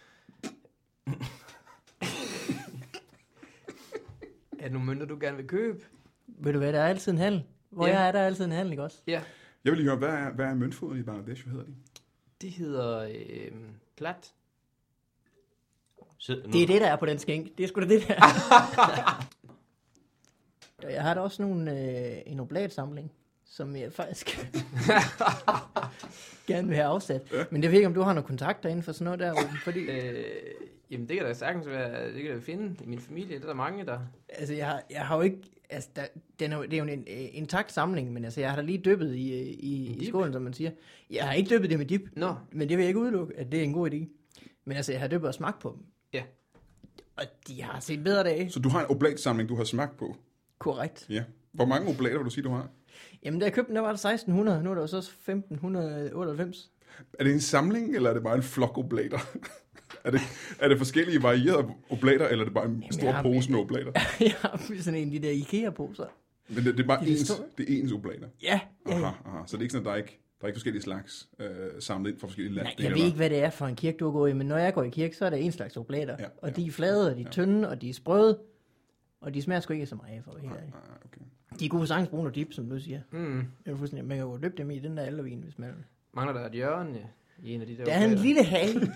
B: Er det nogle mønter, du gerne vil købe?
E: Ved du hvad, der er altid en handel. Jeg er der altid en handel, ikke også?
B: Ja.
A: Jeg vil lige høre, hvad er møntfoden i Bangladesh? Hvad hedder de?
B: Det hedder plat.
E: Det er det, der er på den skænk. Det er sgu da det der. Jeg har da også en oblatsamling, som jeg faktisk gerne vil have afsat. Ja. Men det ved ikke, om du har nogle kontakter inden for sådan noget der, Ruben, fordi...
B: Jamen, det kan da sagtens være, det kan jeg finde i min familie, det er der mange, der...
E: Altså, jeg har jo ikke... Altså, det er jo en intakt samling, men altså, jeg har da lige dyppet i skålen, som man siger. Jeg har ikke dyppet det med dip, men det vil jeg ikke udelukke, at det er en god idé. Men altså, jeg har dyppet og smagt på dem.
B: Ja.
E: Og de har set bedre dage.
A: Så du har en oblatsamling, du har smagt på?
E: Korrekt.
A: Ja. Hvor mange oblater vil du sige, du har?
E: Jamen, da jeg købte den, der var det 1600, nu er der jo så 1598. Er
A: det en samling, eller er det bare en flok oblater? Er det forskellige varierede oblater, eller er det bare en stor pose med oblater?
E: Jeg har sådan en af de der IKEA-poser.
A: Men det er bare det er ens oblater?
E: Ja.
A: Aha. Så det er ikke sådan, at der er ikke forskellige slags samlet ind fra forskellige lande?
E: Nej, jeg ved ikke, hvad det er for en kirke, du går i, men når jeg går i kirke, så er der en slags oblater. Ja, og de er flade, og de er tynde, og de er sprøde, og de smager sgu ikke så meget, for helt ærligt.
A: Okay.
E: De er gode sagtens brune og dip, som du siger. Man kan jo løbe dem i den der aldervin, hvis man...
B: Mangler der et hjørne i en af de der...
E: Der er en lille hale.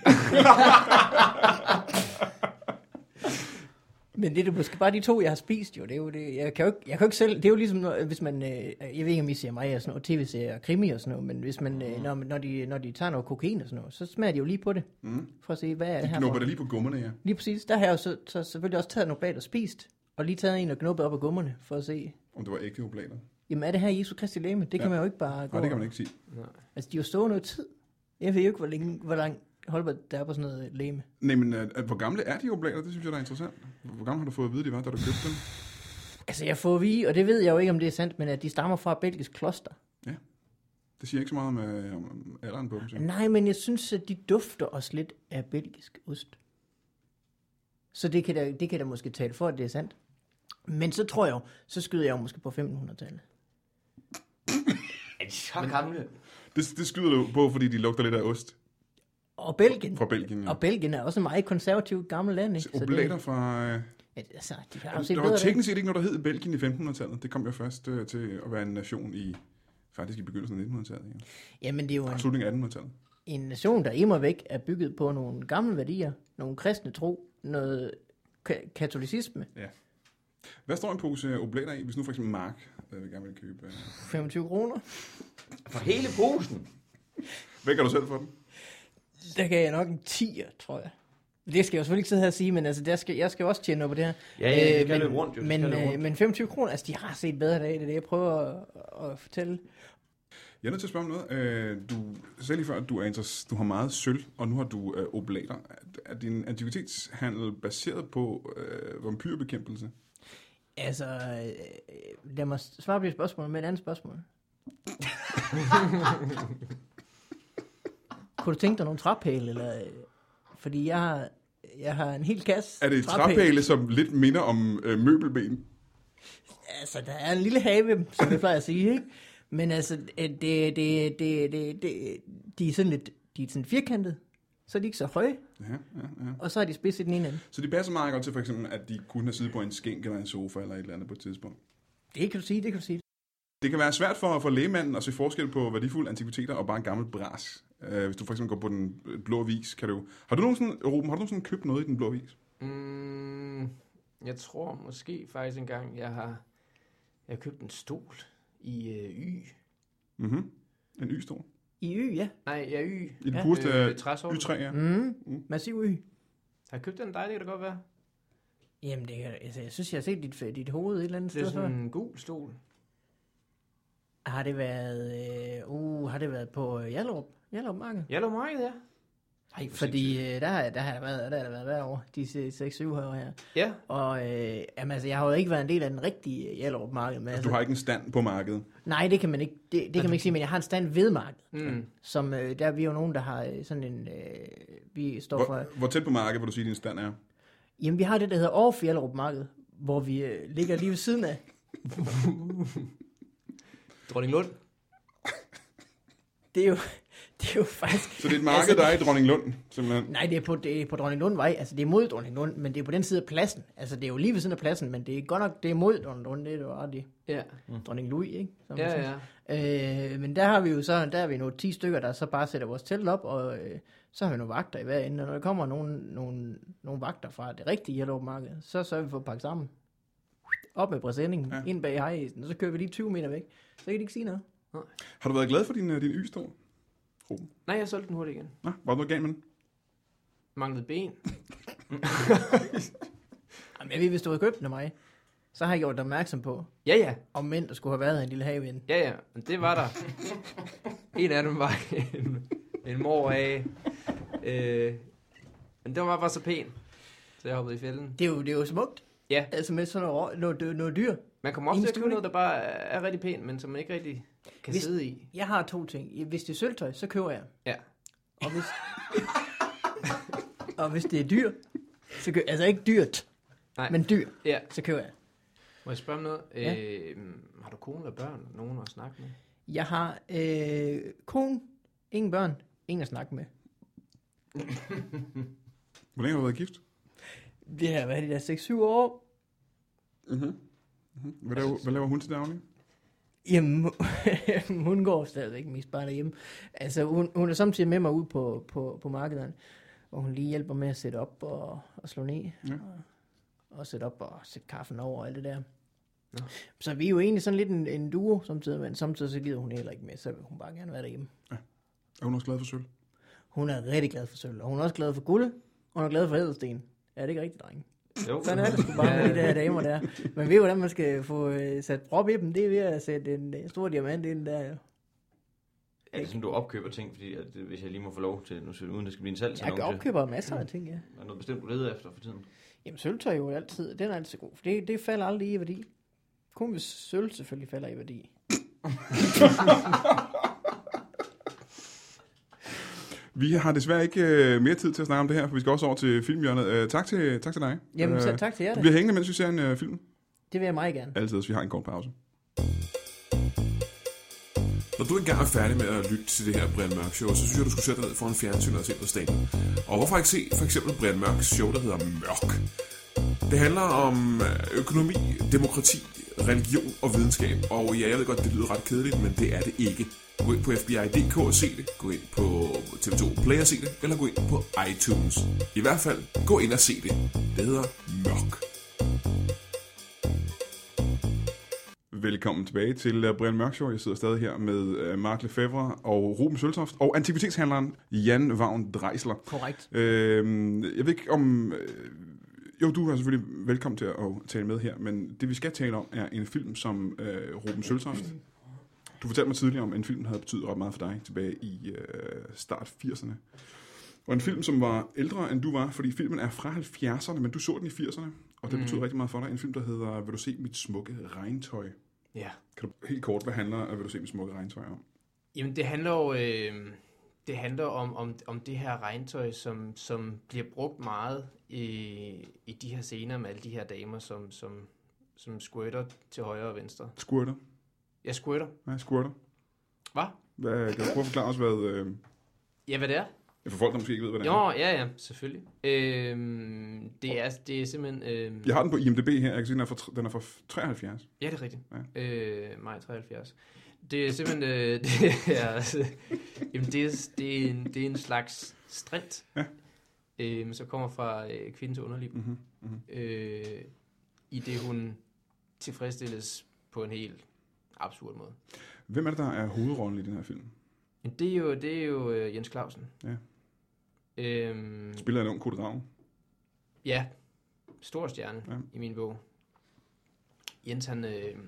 E: Men det er måske bare de to, jeg har spist, jo. Det er jo det. Jeg kan jo ikke selv... Det er jo ligesom, hvis man... Jeg ved ikke, om I ser mig, sådan noget tv-serier og krimi og sådan noget, men hvis man... Når de tager noget kokain og sådan noget, så smager de jo lige på det. For at se, hvad er det her.
A: De knupper det lige på gummerne, ja.
E: Lige præcis. Der har jeg jo så selvfølgelig også taget nogle oblater og spist, og lige taget en og knuppet op af gummerne, for at se...
A: Om det var ægte oblater.
E: Jamen, er det her Jesu Kristi legeme? Det kan man jo ikke bare gå...
A: Nej, det kan man ikke sige.
E: Nej. Altså, de er jo stået noget tid. Jeg ved jo ikke, hvor langt holdbart der er på sådan noget legeme.
A: Nej, men hvor gamle er de oblater? Det synes jeg, der er interessant. Hvor gammel har du fået at vide, de var, da du købte dem?
E: Altså, jeg får at vide, og det ved jeg jo ikke, om det er sandt, men at de stammer fra et belgisk kloster.
A: Ja. Det siger ikke så meget om alderen på dem. Så.
E: Nej, men jeg synes, at de dufter også lidt af belgisk ost. Så det kan da måske tale for, at det er sandt. Men så tror jeg jo, så skyder jeg jo måske på 1500-tallet.
C: Er de så gamle?
A: Det skyder du på, fordi de lugter lidt af ost.
E: Og Belgien.
A: Fra Belgien, ja.
E: Og Belgien er også en meget konservativ gammel land, ikke?
A: Oblater fra...
E: Altså, de har jo set
A: der
E: bedre
A: var teknisk set ikke noget, der hed Belgien i 1500-tallet. Det kom jo først til at være en nation faktisk i begyndelsen af 1900-tallet. Ja.
E: Jamen, det er jo
A: slutningen af 1800-tallet.
E: En nation, der immer væk er bygget på nogle gamle værdier, nogle kristne tro, noget katolicisme.
A: Ja. Hvad står en pose oblater i, hvis nu for eksempel Mark vil gerne vil købe?
E: 25 kroner.
C: For hele posen?
A: Hvad kan du selv for den?
E: Der kan jeg nok en 10'er, tror jeg. Det skal jeg jo selvfølgelig ikke sidde her og sige, men altså, jeg skal også tjene noget på det her.
C: Ja, det kan løbe rundt jo.
E: Men 25 kroner, altså de har set bedre dage, det er det, jeg prøver at fortælle.
A: Jeg er nødt til at spørge om noget. Du sagde lige før, at du har meget sølv, og nu har du oblater. Er din antikvitetshandel baseret på vampyrbekæmpelse?
E: Altså, lad mig svare på det spørgsmål med et andet spørgsmål. Kunne du tænke dig nogle træpæle, eller... Fordi jeg har en hel kasse.
A: Er det træpæle, som lidt minder om møbelben?
E: Altså, der er en lille have, som jeg plejer at sige, ikke? Men altså, de er sådan lidt, de er sådan firkantede, så er de ikke så høje.
A: Ja.
E: Og så er de spids i den ene ende.
A: Så de passer meget godt til for eksempel, at de kunne have siddet på en skænk eller en sofa eller et eller andet på et tidspunkt.
E: Det kan du sige.
A: Det kan være svært for lægemanden at se forskel på værdifulde antikviteter og bare en gammel bras. Hvis du for eksempel går på den blå avis, kan du... Har du nogensinde købt noget i den blå avis?
B: Jeg tror måske faktisk engang, jeg har købt en stol i Y.
A: Mhm. En Y-stol?
E: I Y, ja.
B: Nej, ja, Y.
A: I den pureste Y3, ja.
E: Massiv Y.
B: Har jeg købt den dig? Det kan da godt være.
E: Jamen, jeg synes, jeg har set dit hoved et eller andet sted.
B: Det er sådan en gul stol.
E: Har det været på Hjallerup Marked?
B: Hjallerup Marked, ja.
E: Nej, fordi der har der været hver år, de 6-7 år her.
B: Ja. Og
E: jamen, altså, jeg har jo ikke været en del af den rigtige Hjallerup Marked. Men,
A: altså, du har ikke en stand på markedet?
E: Nej, det kan man ikke. Det kan man ikke sige, men jeg har en stand ved markedet. Som, der er vi jo nogen, der har sådan en... vi står for...
A: Hvor tæt på markedet vil du sige, din stand er?
E: Jamen, vi har det, der hedder Aarhus Hjallerup Marked, hvor vi ligger lige ved siden af.
B: Dronninglund.
E: Det er jo faktisk...
A: Så det er et marked, der er i Dronninglund, simpelthen?
E: Nej, det er på Dronninglundvej. Altså, det er mod Dronninglund, men det er på den side af pladsen. Altså, det er jo lige ved siden af pladsen, men det er godt nok, det er mod Dronninglund, det er jo ret i.
B: Ja.
E: Dronning Louis, ikke?
B: Ja.
E: Men der har vi jo så, der er vi nogle 10 stykker, der så bare sætter vores telt op, og så har vi nogle vagter i hver ende. Og når der kommer nogle vagter fra det rigtige Hjallerup Marked, så sørger vi for at pakke sammen. op med præsendingen, ind bag hejhæsen, og så kører vi lige 20 meter væk. Så kan de ikke sige noget.
B: Nej.
A: Har du været glad for din Y-stol?
B: Nej, jeg solgte den hurtigt igen.
A: Nå, var du galt med den?
B: Manglede ben.
E: Jamen, jeg ved, hvis du havde købt den af mig, så har jeg gjort dig opmærksom på,
B: Ja.
E: om mænd, der skulle have været en lille have inde.
B: Ja, men det var der. En af dem var en mor af. Men det var bare så pæn, så jeg hoppede i fælden.
E: Det er jo smukt.
B: Ja.
E: Altså med sådan noget dyr.
B: Man kommer ofte til at købe noget, der bare er rigtig pænt, men som man ikke rigtig kan sidde i.
E: Jeg har 2 ting. Hvis det er sølvtøj, så køber jeg.
B: Ja.
E: Og hvis det er dyr, så køber altså ikke dyrt, men dyr, så køber jeg.
B: Må jeg spørge om noget? Ja. Har du kone eller børn? Nogen at snakke med?
E: Jeg har kone, ingen børn, ingen at snakke med.
A: Hvor længe har du været gift?
E: Det har været de der 6-7 år.
A: Hvad laver hun til daglig?
E: Jamen, hun går stadigvæk mest bare derhjemme. Altså, hun er samtidig med mig ud på markedet, hvor hun lige hjælper med at sætte op og slå ned. Ja. Og sætte op og sætte kaffen over og alt det der. Ja. Så vi er jo egentlig sådan lidt en duo samtidig, men samtidig så gider hun heller ikke med, så vil hun bare gerne være derhjemme. Ja.
A: Er hun også glad for sølv?
E: Hun er rigtig glad for sølv, og hun er også glad for guld, og hun er glad for ædelsten. Er det ikke rigtigt, drenge?
C: Jo.
E: Sådan er det sgu bare med de der damer der. Men ved hvordan man skal få sat prop i dem, det er ved at sætte en stor diamant ind der.
C: Er det sådan, du opkøber ting, fordi at, hvis jeg lige må få lov til, nu uden det skal blive en salgsannonce?
E: Jeg opkøber masser af ting, ja.
C: Er noget bestemt, du leder efter for tiden?
E: Jamen sølvtøj jo altid, den er altid god, for det falder aldrig i værdi. Kun hvis sølv selvfølgelig falder i værdi.
A: Vi har desværre ikke mere tid til at snakke om det her, for vi skal også over til filmhjørnet. Tak til dig.
E: Jamen, så tak til jer.
A: Du bliver hængende, mens vi ser en film.
E: Det vil jeg meget gerne.
A: Altid, hvis vi har en kort pause.
D: Når du engang er færdig med at lytte til det her Brian Mørk Show, så synes jeg, du skulle sætte dig ned for en fjernsyn og se på staten. Og hvorfor ikke se for eksempel Brian Mørks show, der hedder Mørk? Det handler om økonomi, demokrati, religion og videnskab. Og ja, jeg ved godt, det lyder ret kedeligt, men det er det ikke. Gå ind på FBI.dk og se det. Gå ind på TV2 Play og se det. Eller gå ind på iTunes. I hvert fald, gå ind og se det. Det hedder Mørk.
A: Velkommen tilbage til Brian Mørk Show. Jeg sidder stadig her med Mark Lefebvre og Ruben Søltoft og antikvitetshandleren Jan Vagn Dreisler.
E: Korrekt.
A: Jeg ved ikke om... Jo, du er selvfølgelig velkommen til at tale med her, men det vi skal tale om er en film som Ruben Søltoft. Du fortalte mig tidligere om, en film havde betydet ret meget for dig tilbage i start 80'erne. Og en film, som var ældre end du var, fordi filmen er fra 70'erne, men du så den i 80'erne, og det betød rigtig meget for dig. En film, der hedder Vil du se mit smukke regntøj?
B: Ja.
A: Kan du helt kort, hvad handler Vil du se mit smukke regntøj om?
B: Jamen, det handler jo... Det handler om det her regntøj, som bliver brugt meget i de her scener med alle de her damer, som squirter til højre og venstre.
A: Squirter?
B: Ja, squirter.
A: Ja, squirter.
B: Hvad?
A: Kan du prøve at forklare os, hvad...
B: Ja, hvad det er?
A: For folk, der måske ikke ved, hvad det er.
B: Jo, ja, selvfølgelig. Det er simpelthen...
A: Jeg har den på IMDb her. Jeg kan se, den er fra 73.
B: Ja, det er rigtigt.
A: Ja.
B: Maj 73. Det er simpelthen... det er en slags strint, som kommer fra kvindens underliv. I det hun tilfredsstilles på en helt absurd måde.
A: Hvem er det, der er hovedrollen i den her film?
B: Det er jo Jens Clausen.
A: Ja. Spiller en ung Kurt Ravn?
B: Ja, stor stjerne i min bog. Jens, han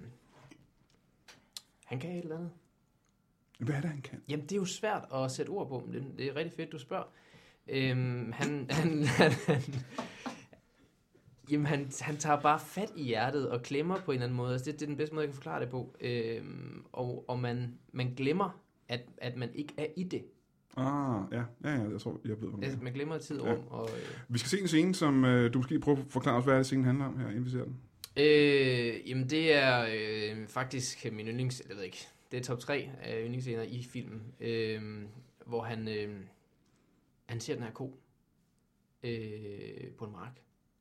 B: kan et eller andet.
A: Hvad er det, han kan?
B: Jamen, det er jo svært at sætte ord på, men det er rigtig fedt, du spørger. Han tager bare fat i hjertet og klemmer på en eller anden måde. Altså, det er den bedste måde, jeg kan forklare det på. Og man glemmer, at man ikke er i det.
A: Ja, jeg tror, jeg ved,
B: altså, man glemmer tid om. Og,
A: Vi skal se en scene, som du måske prøver at forklare os, hvad det scenen handler om her, inden vi ser den.
B: Jamen, det er faktisk min yndlings... Jeg ved ikke. Det er top 3 af yndlingsscener i filmen, hvor han ser den her ko på en mark.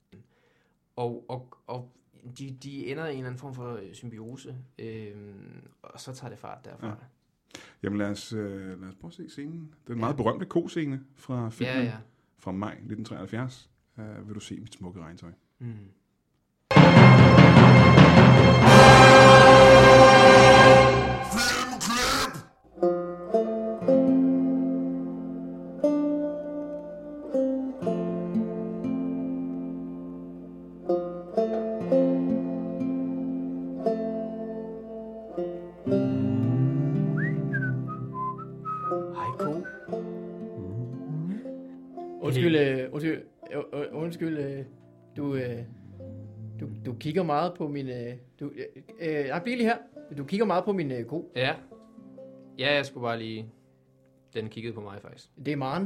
B: Og de ender i en eller anden form for symbiose, og så tager det fart derfra. Ja.
A: Jamen lad os prøve at se scenen. Det er en meget berømte ko-scene fra filmen fra maj 1973. Vil du se mit smukke regntøj?
E: Undskyld, du kigger meget på min... Jeg bliver lige her. Du kigger meget på min ko.
B: Ja. Ja, jeg skulle bare lige... Den kiggede på mig, faktisk.
E: Det er Maren.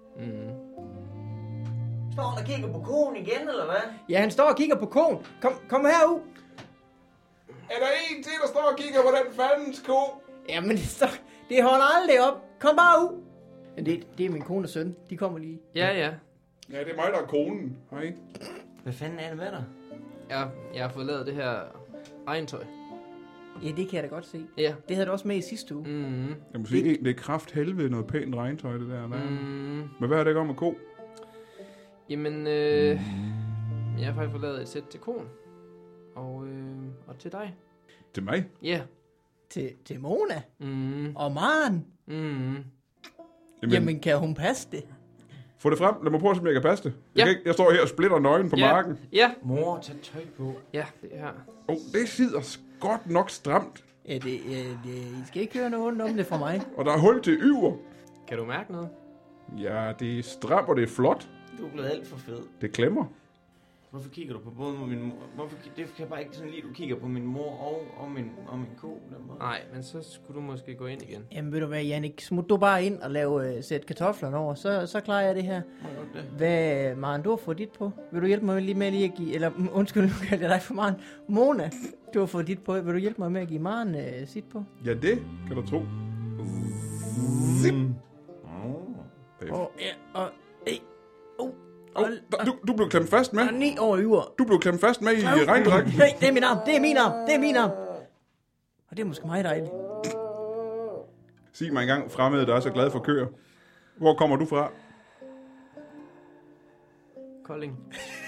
C: Står han og kigger på konen igen, eller hvad?
E: Ja, han står og kigger på konen. Kom herud.
A: Er der en til, der står og kigger på den fandens ko?
E: Jamen, det holder aldrig op. Kom bare ud. Men det er min kone og søn. De kommer lige.
B: Ja.
A: Ja, det er mig, der er konen. Hej.
C: Hvad fanden er det med dig?
B: Jeg har fået lavet det her regntøj.
E: Ja, det kan jeg da godt se.
B: Ja.
E: Det havde du også med i sidste uge.
A: Jeg må sige, det er kraft helvede noget pænt regntøj, det der. Men hvad er det ikke om med ko?
B: Jamen, jeg har faktisk fået lavet et sæt til konen. Og til dig.
A: Til mig?
B: Ja.
E: Til Mona. Og Maren. Jamen, kan hun passe det?
A: Få det frem. Lad mig prøve at se, om jeg kan passe det.
B: Ja.
A: Jeg står her og splitter nøgen på marken.
B: Ja.
C: Mor, tag tøj på.
B: Ja, det her.
A: Det sidder godt nok stramt.
E: I skal ikke høre noget ondt om det fra mig.
A: Og der er hul til yver.
B: Kan du mærke noget?
A: Ja, det er stramt, og det er flot.
C: Du er blevet alt for fed.
A: Det klemmer.
C: Hvorfor kigger du på både min mor? Det kan jeg bare ikke sådan lide, du kigger på min mor og min ko.
B: Nej, men så skulle du måske gå ind igen.
E: Jamen ved du hvad, Jannik, smut du bare ind og sæt kartoflerne over, så klarer jeg det her. Hvad, Maren, du har fået dit på? Vil du hjælpe mig lige med lige at give, eller undskyld, nu kalder jeg dig for Maren. Mona, du har fået dit på. Vil du hjælpe mig med at give Maren sit på?
A: Ja, det kan du tro. Du blev klemt fast med.
E: Og 9 år yver.
A: Du blev klemt fast med i regndragten.
E: Hey, det er min arm, det er min arm. Og det er måske meget dejligt.
A: Sig mig engang, fremmede, der er så glad for køer. Hvor kommer du fra?
B: Kolding.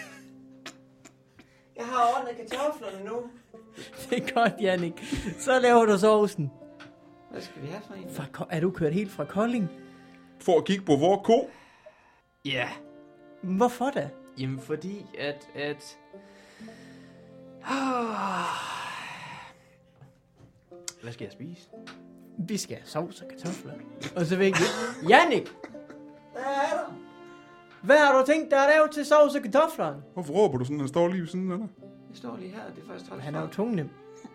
C: Jeg har ordnet kartoflerne nu.
E: Det er godt, Jannik. Så laver du sovsen.
C: Hvad skal vi have for en?
E: Er du kørt helt fra Kolding?
A: For at kigge på vor ko?
B: Ja.
E: Hvorfor da?
B: Jamen fordi at... Hvad skal jeg spise?
E: Vi skal have sovs og kartofler. Og så vil Jannik!
C: Hvad er der?
E: Hvad har du tænkt dig at lave til sovs og kartofler?
A: Hvorfor råber du sådan? Han står lige ved siden af dig.
C: Jeg står lige her, det er først 30.
E: Han er jo tungnem.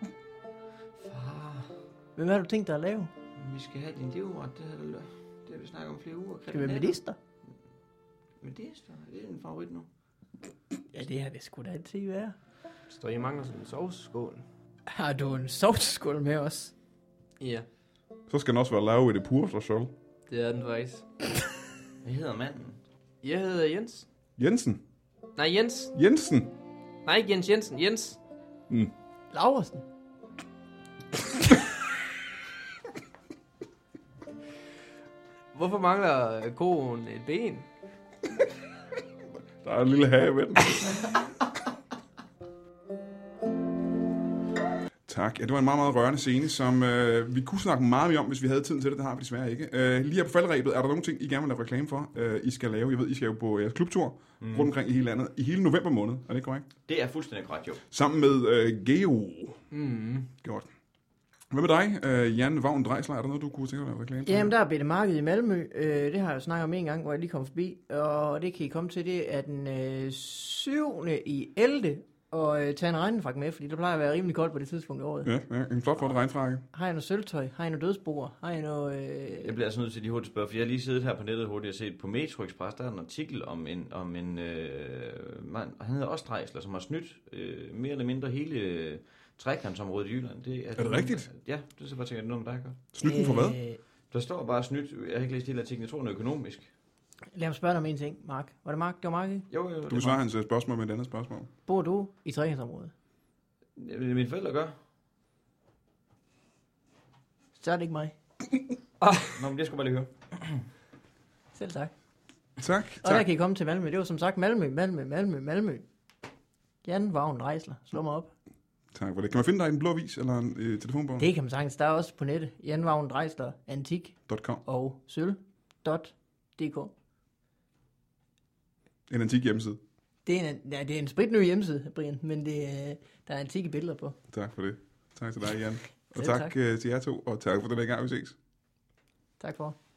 C: Far,
E: Hvad har du tænkt dig at lave?
C: vi skal have din livret, det har vi snakket om flere uger.
E: Skal vi med medister?
C: Medister? Det er en favorit nu.
E: Ja, det har det sgu da altid være.
B: Står I mangler sådan en sovsskål?
E: Har du en sovsskål med os?
B: Ja,
A: Så skal den også være lavet i det pure sol.
B: det er den faktisk.
C: Hvad hedder manden?
B: Jeg hedder Jens.
A: Jensen.
B: Nej, Jens.
A: Jensen.
B: Nej, ikke Jens Jensen. Jens.
E: Laursen.
B: Hvorfor mangler koen et ben?
A: Der er en lille hage ved den. Tak. Ja, det var en meget, meget rørende scene, som vi kunne snakke meget mere om, hvis vi havde tiden til det. Det har vi desværre ikke. Lige her på faldrebet, er der nogle ting, I gerne vil lave reklame for, I skal lave? Jeg ved, I skal jo på jeres klubtur rundt omkring i hele landet. I hele november måned, er det korrekt?
C: Det er fuldstændig korrekt, jo.
A: Sammen med Geo. Godt. Hvad med dig, Jan Vagn Dreisler? Er der noget, du kunne tænke dig at lave reklame for?
E: Jamen, der er Bette Marked i Malmø. Det har jeg jo snakket om en gang, hvor jeg lige kom forbi. Og det kan I komme til, det er den 7. i 11. Og tage en regnfrakke med, fordi det plejer at være rimelig koldt på det tidspunkt i året.
A: Ja, en flot regnfrakke.
E: Har I noget sølvtøj? Har I noget dødsbord? Har I noget...
C: Jeg bliver altså nødt til lige hurtigt at spørge, for jeg har lige siddet her på nettet hurtigt og set på Metro Express, der er en artikel om en mand, han hedder også Dreisler, som har snydt mere eller mindre hele trekantsområdet i Jylland.
A: Er det rigtigt?
C: Ja, det så bare tænker, at det er noget med dig, gør.
A: Snytten for hvad?
C: Der står bare snydt, jeg har ikke læst hele artiklen, jeg tror den er økonomisk.
E: Lad mig spørge dig om en ting, Mark. Var det Mark? Det var Mark, ikke?
C: Jo,
A: Du vil svare hans spørgsmål med et andet spørgsmål.
E: Bor du i trekantsområdet?
C: Mine forældre gør.
E: Så er det ikke mig.
C: Nå, men det skulle bare lige høre.
E: Selv tak.
A: Tak.
E: Og der kan I komme til Malmø. Det var som sagt Malmø. Jan Vagn Dreisler. Slå mig op.
A: Tak for det. Kan man finde dig i den blå avis eller en telefonbog?
E: Det kan man sagtens. Der er også på nettet. Jan Vagn Dreisler Antik.com og sølv.dk.
A: En antik hjemmeside.
E: Det er en spritny hjemmeside, Brian, men der er antikke billeder på.
A: Tak for det. Tak til dig, Jan. Og
E: Selv
A: tak til jer to, og tak for den gang, vi ses.
E: Tak for.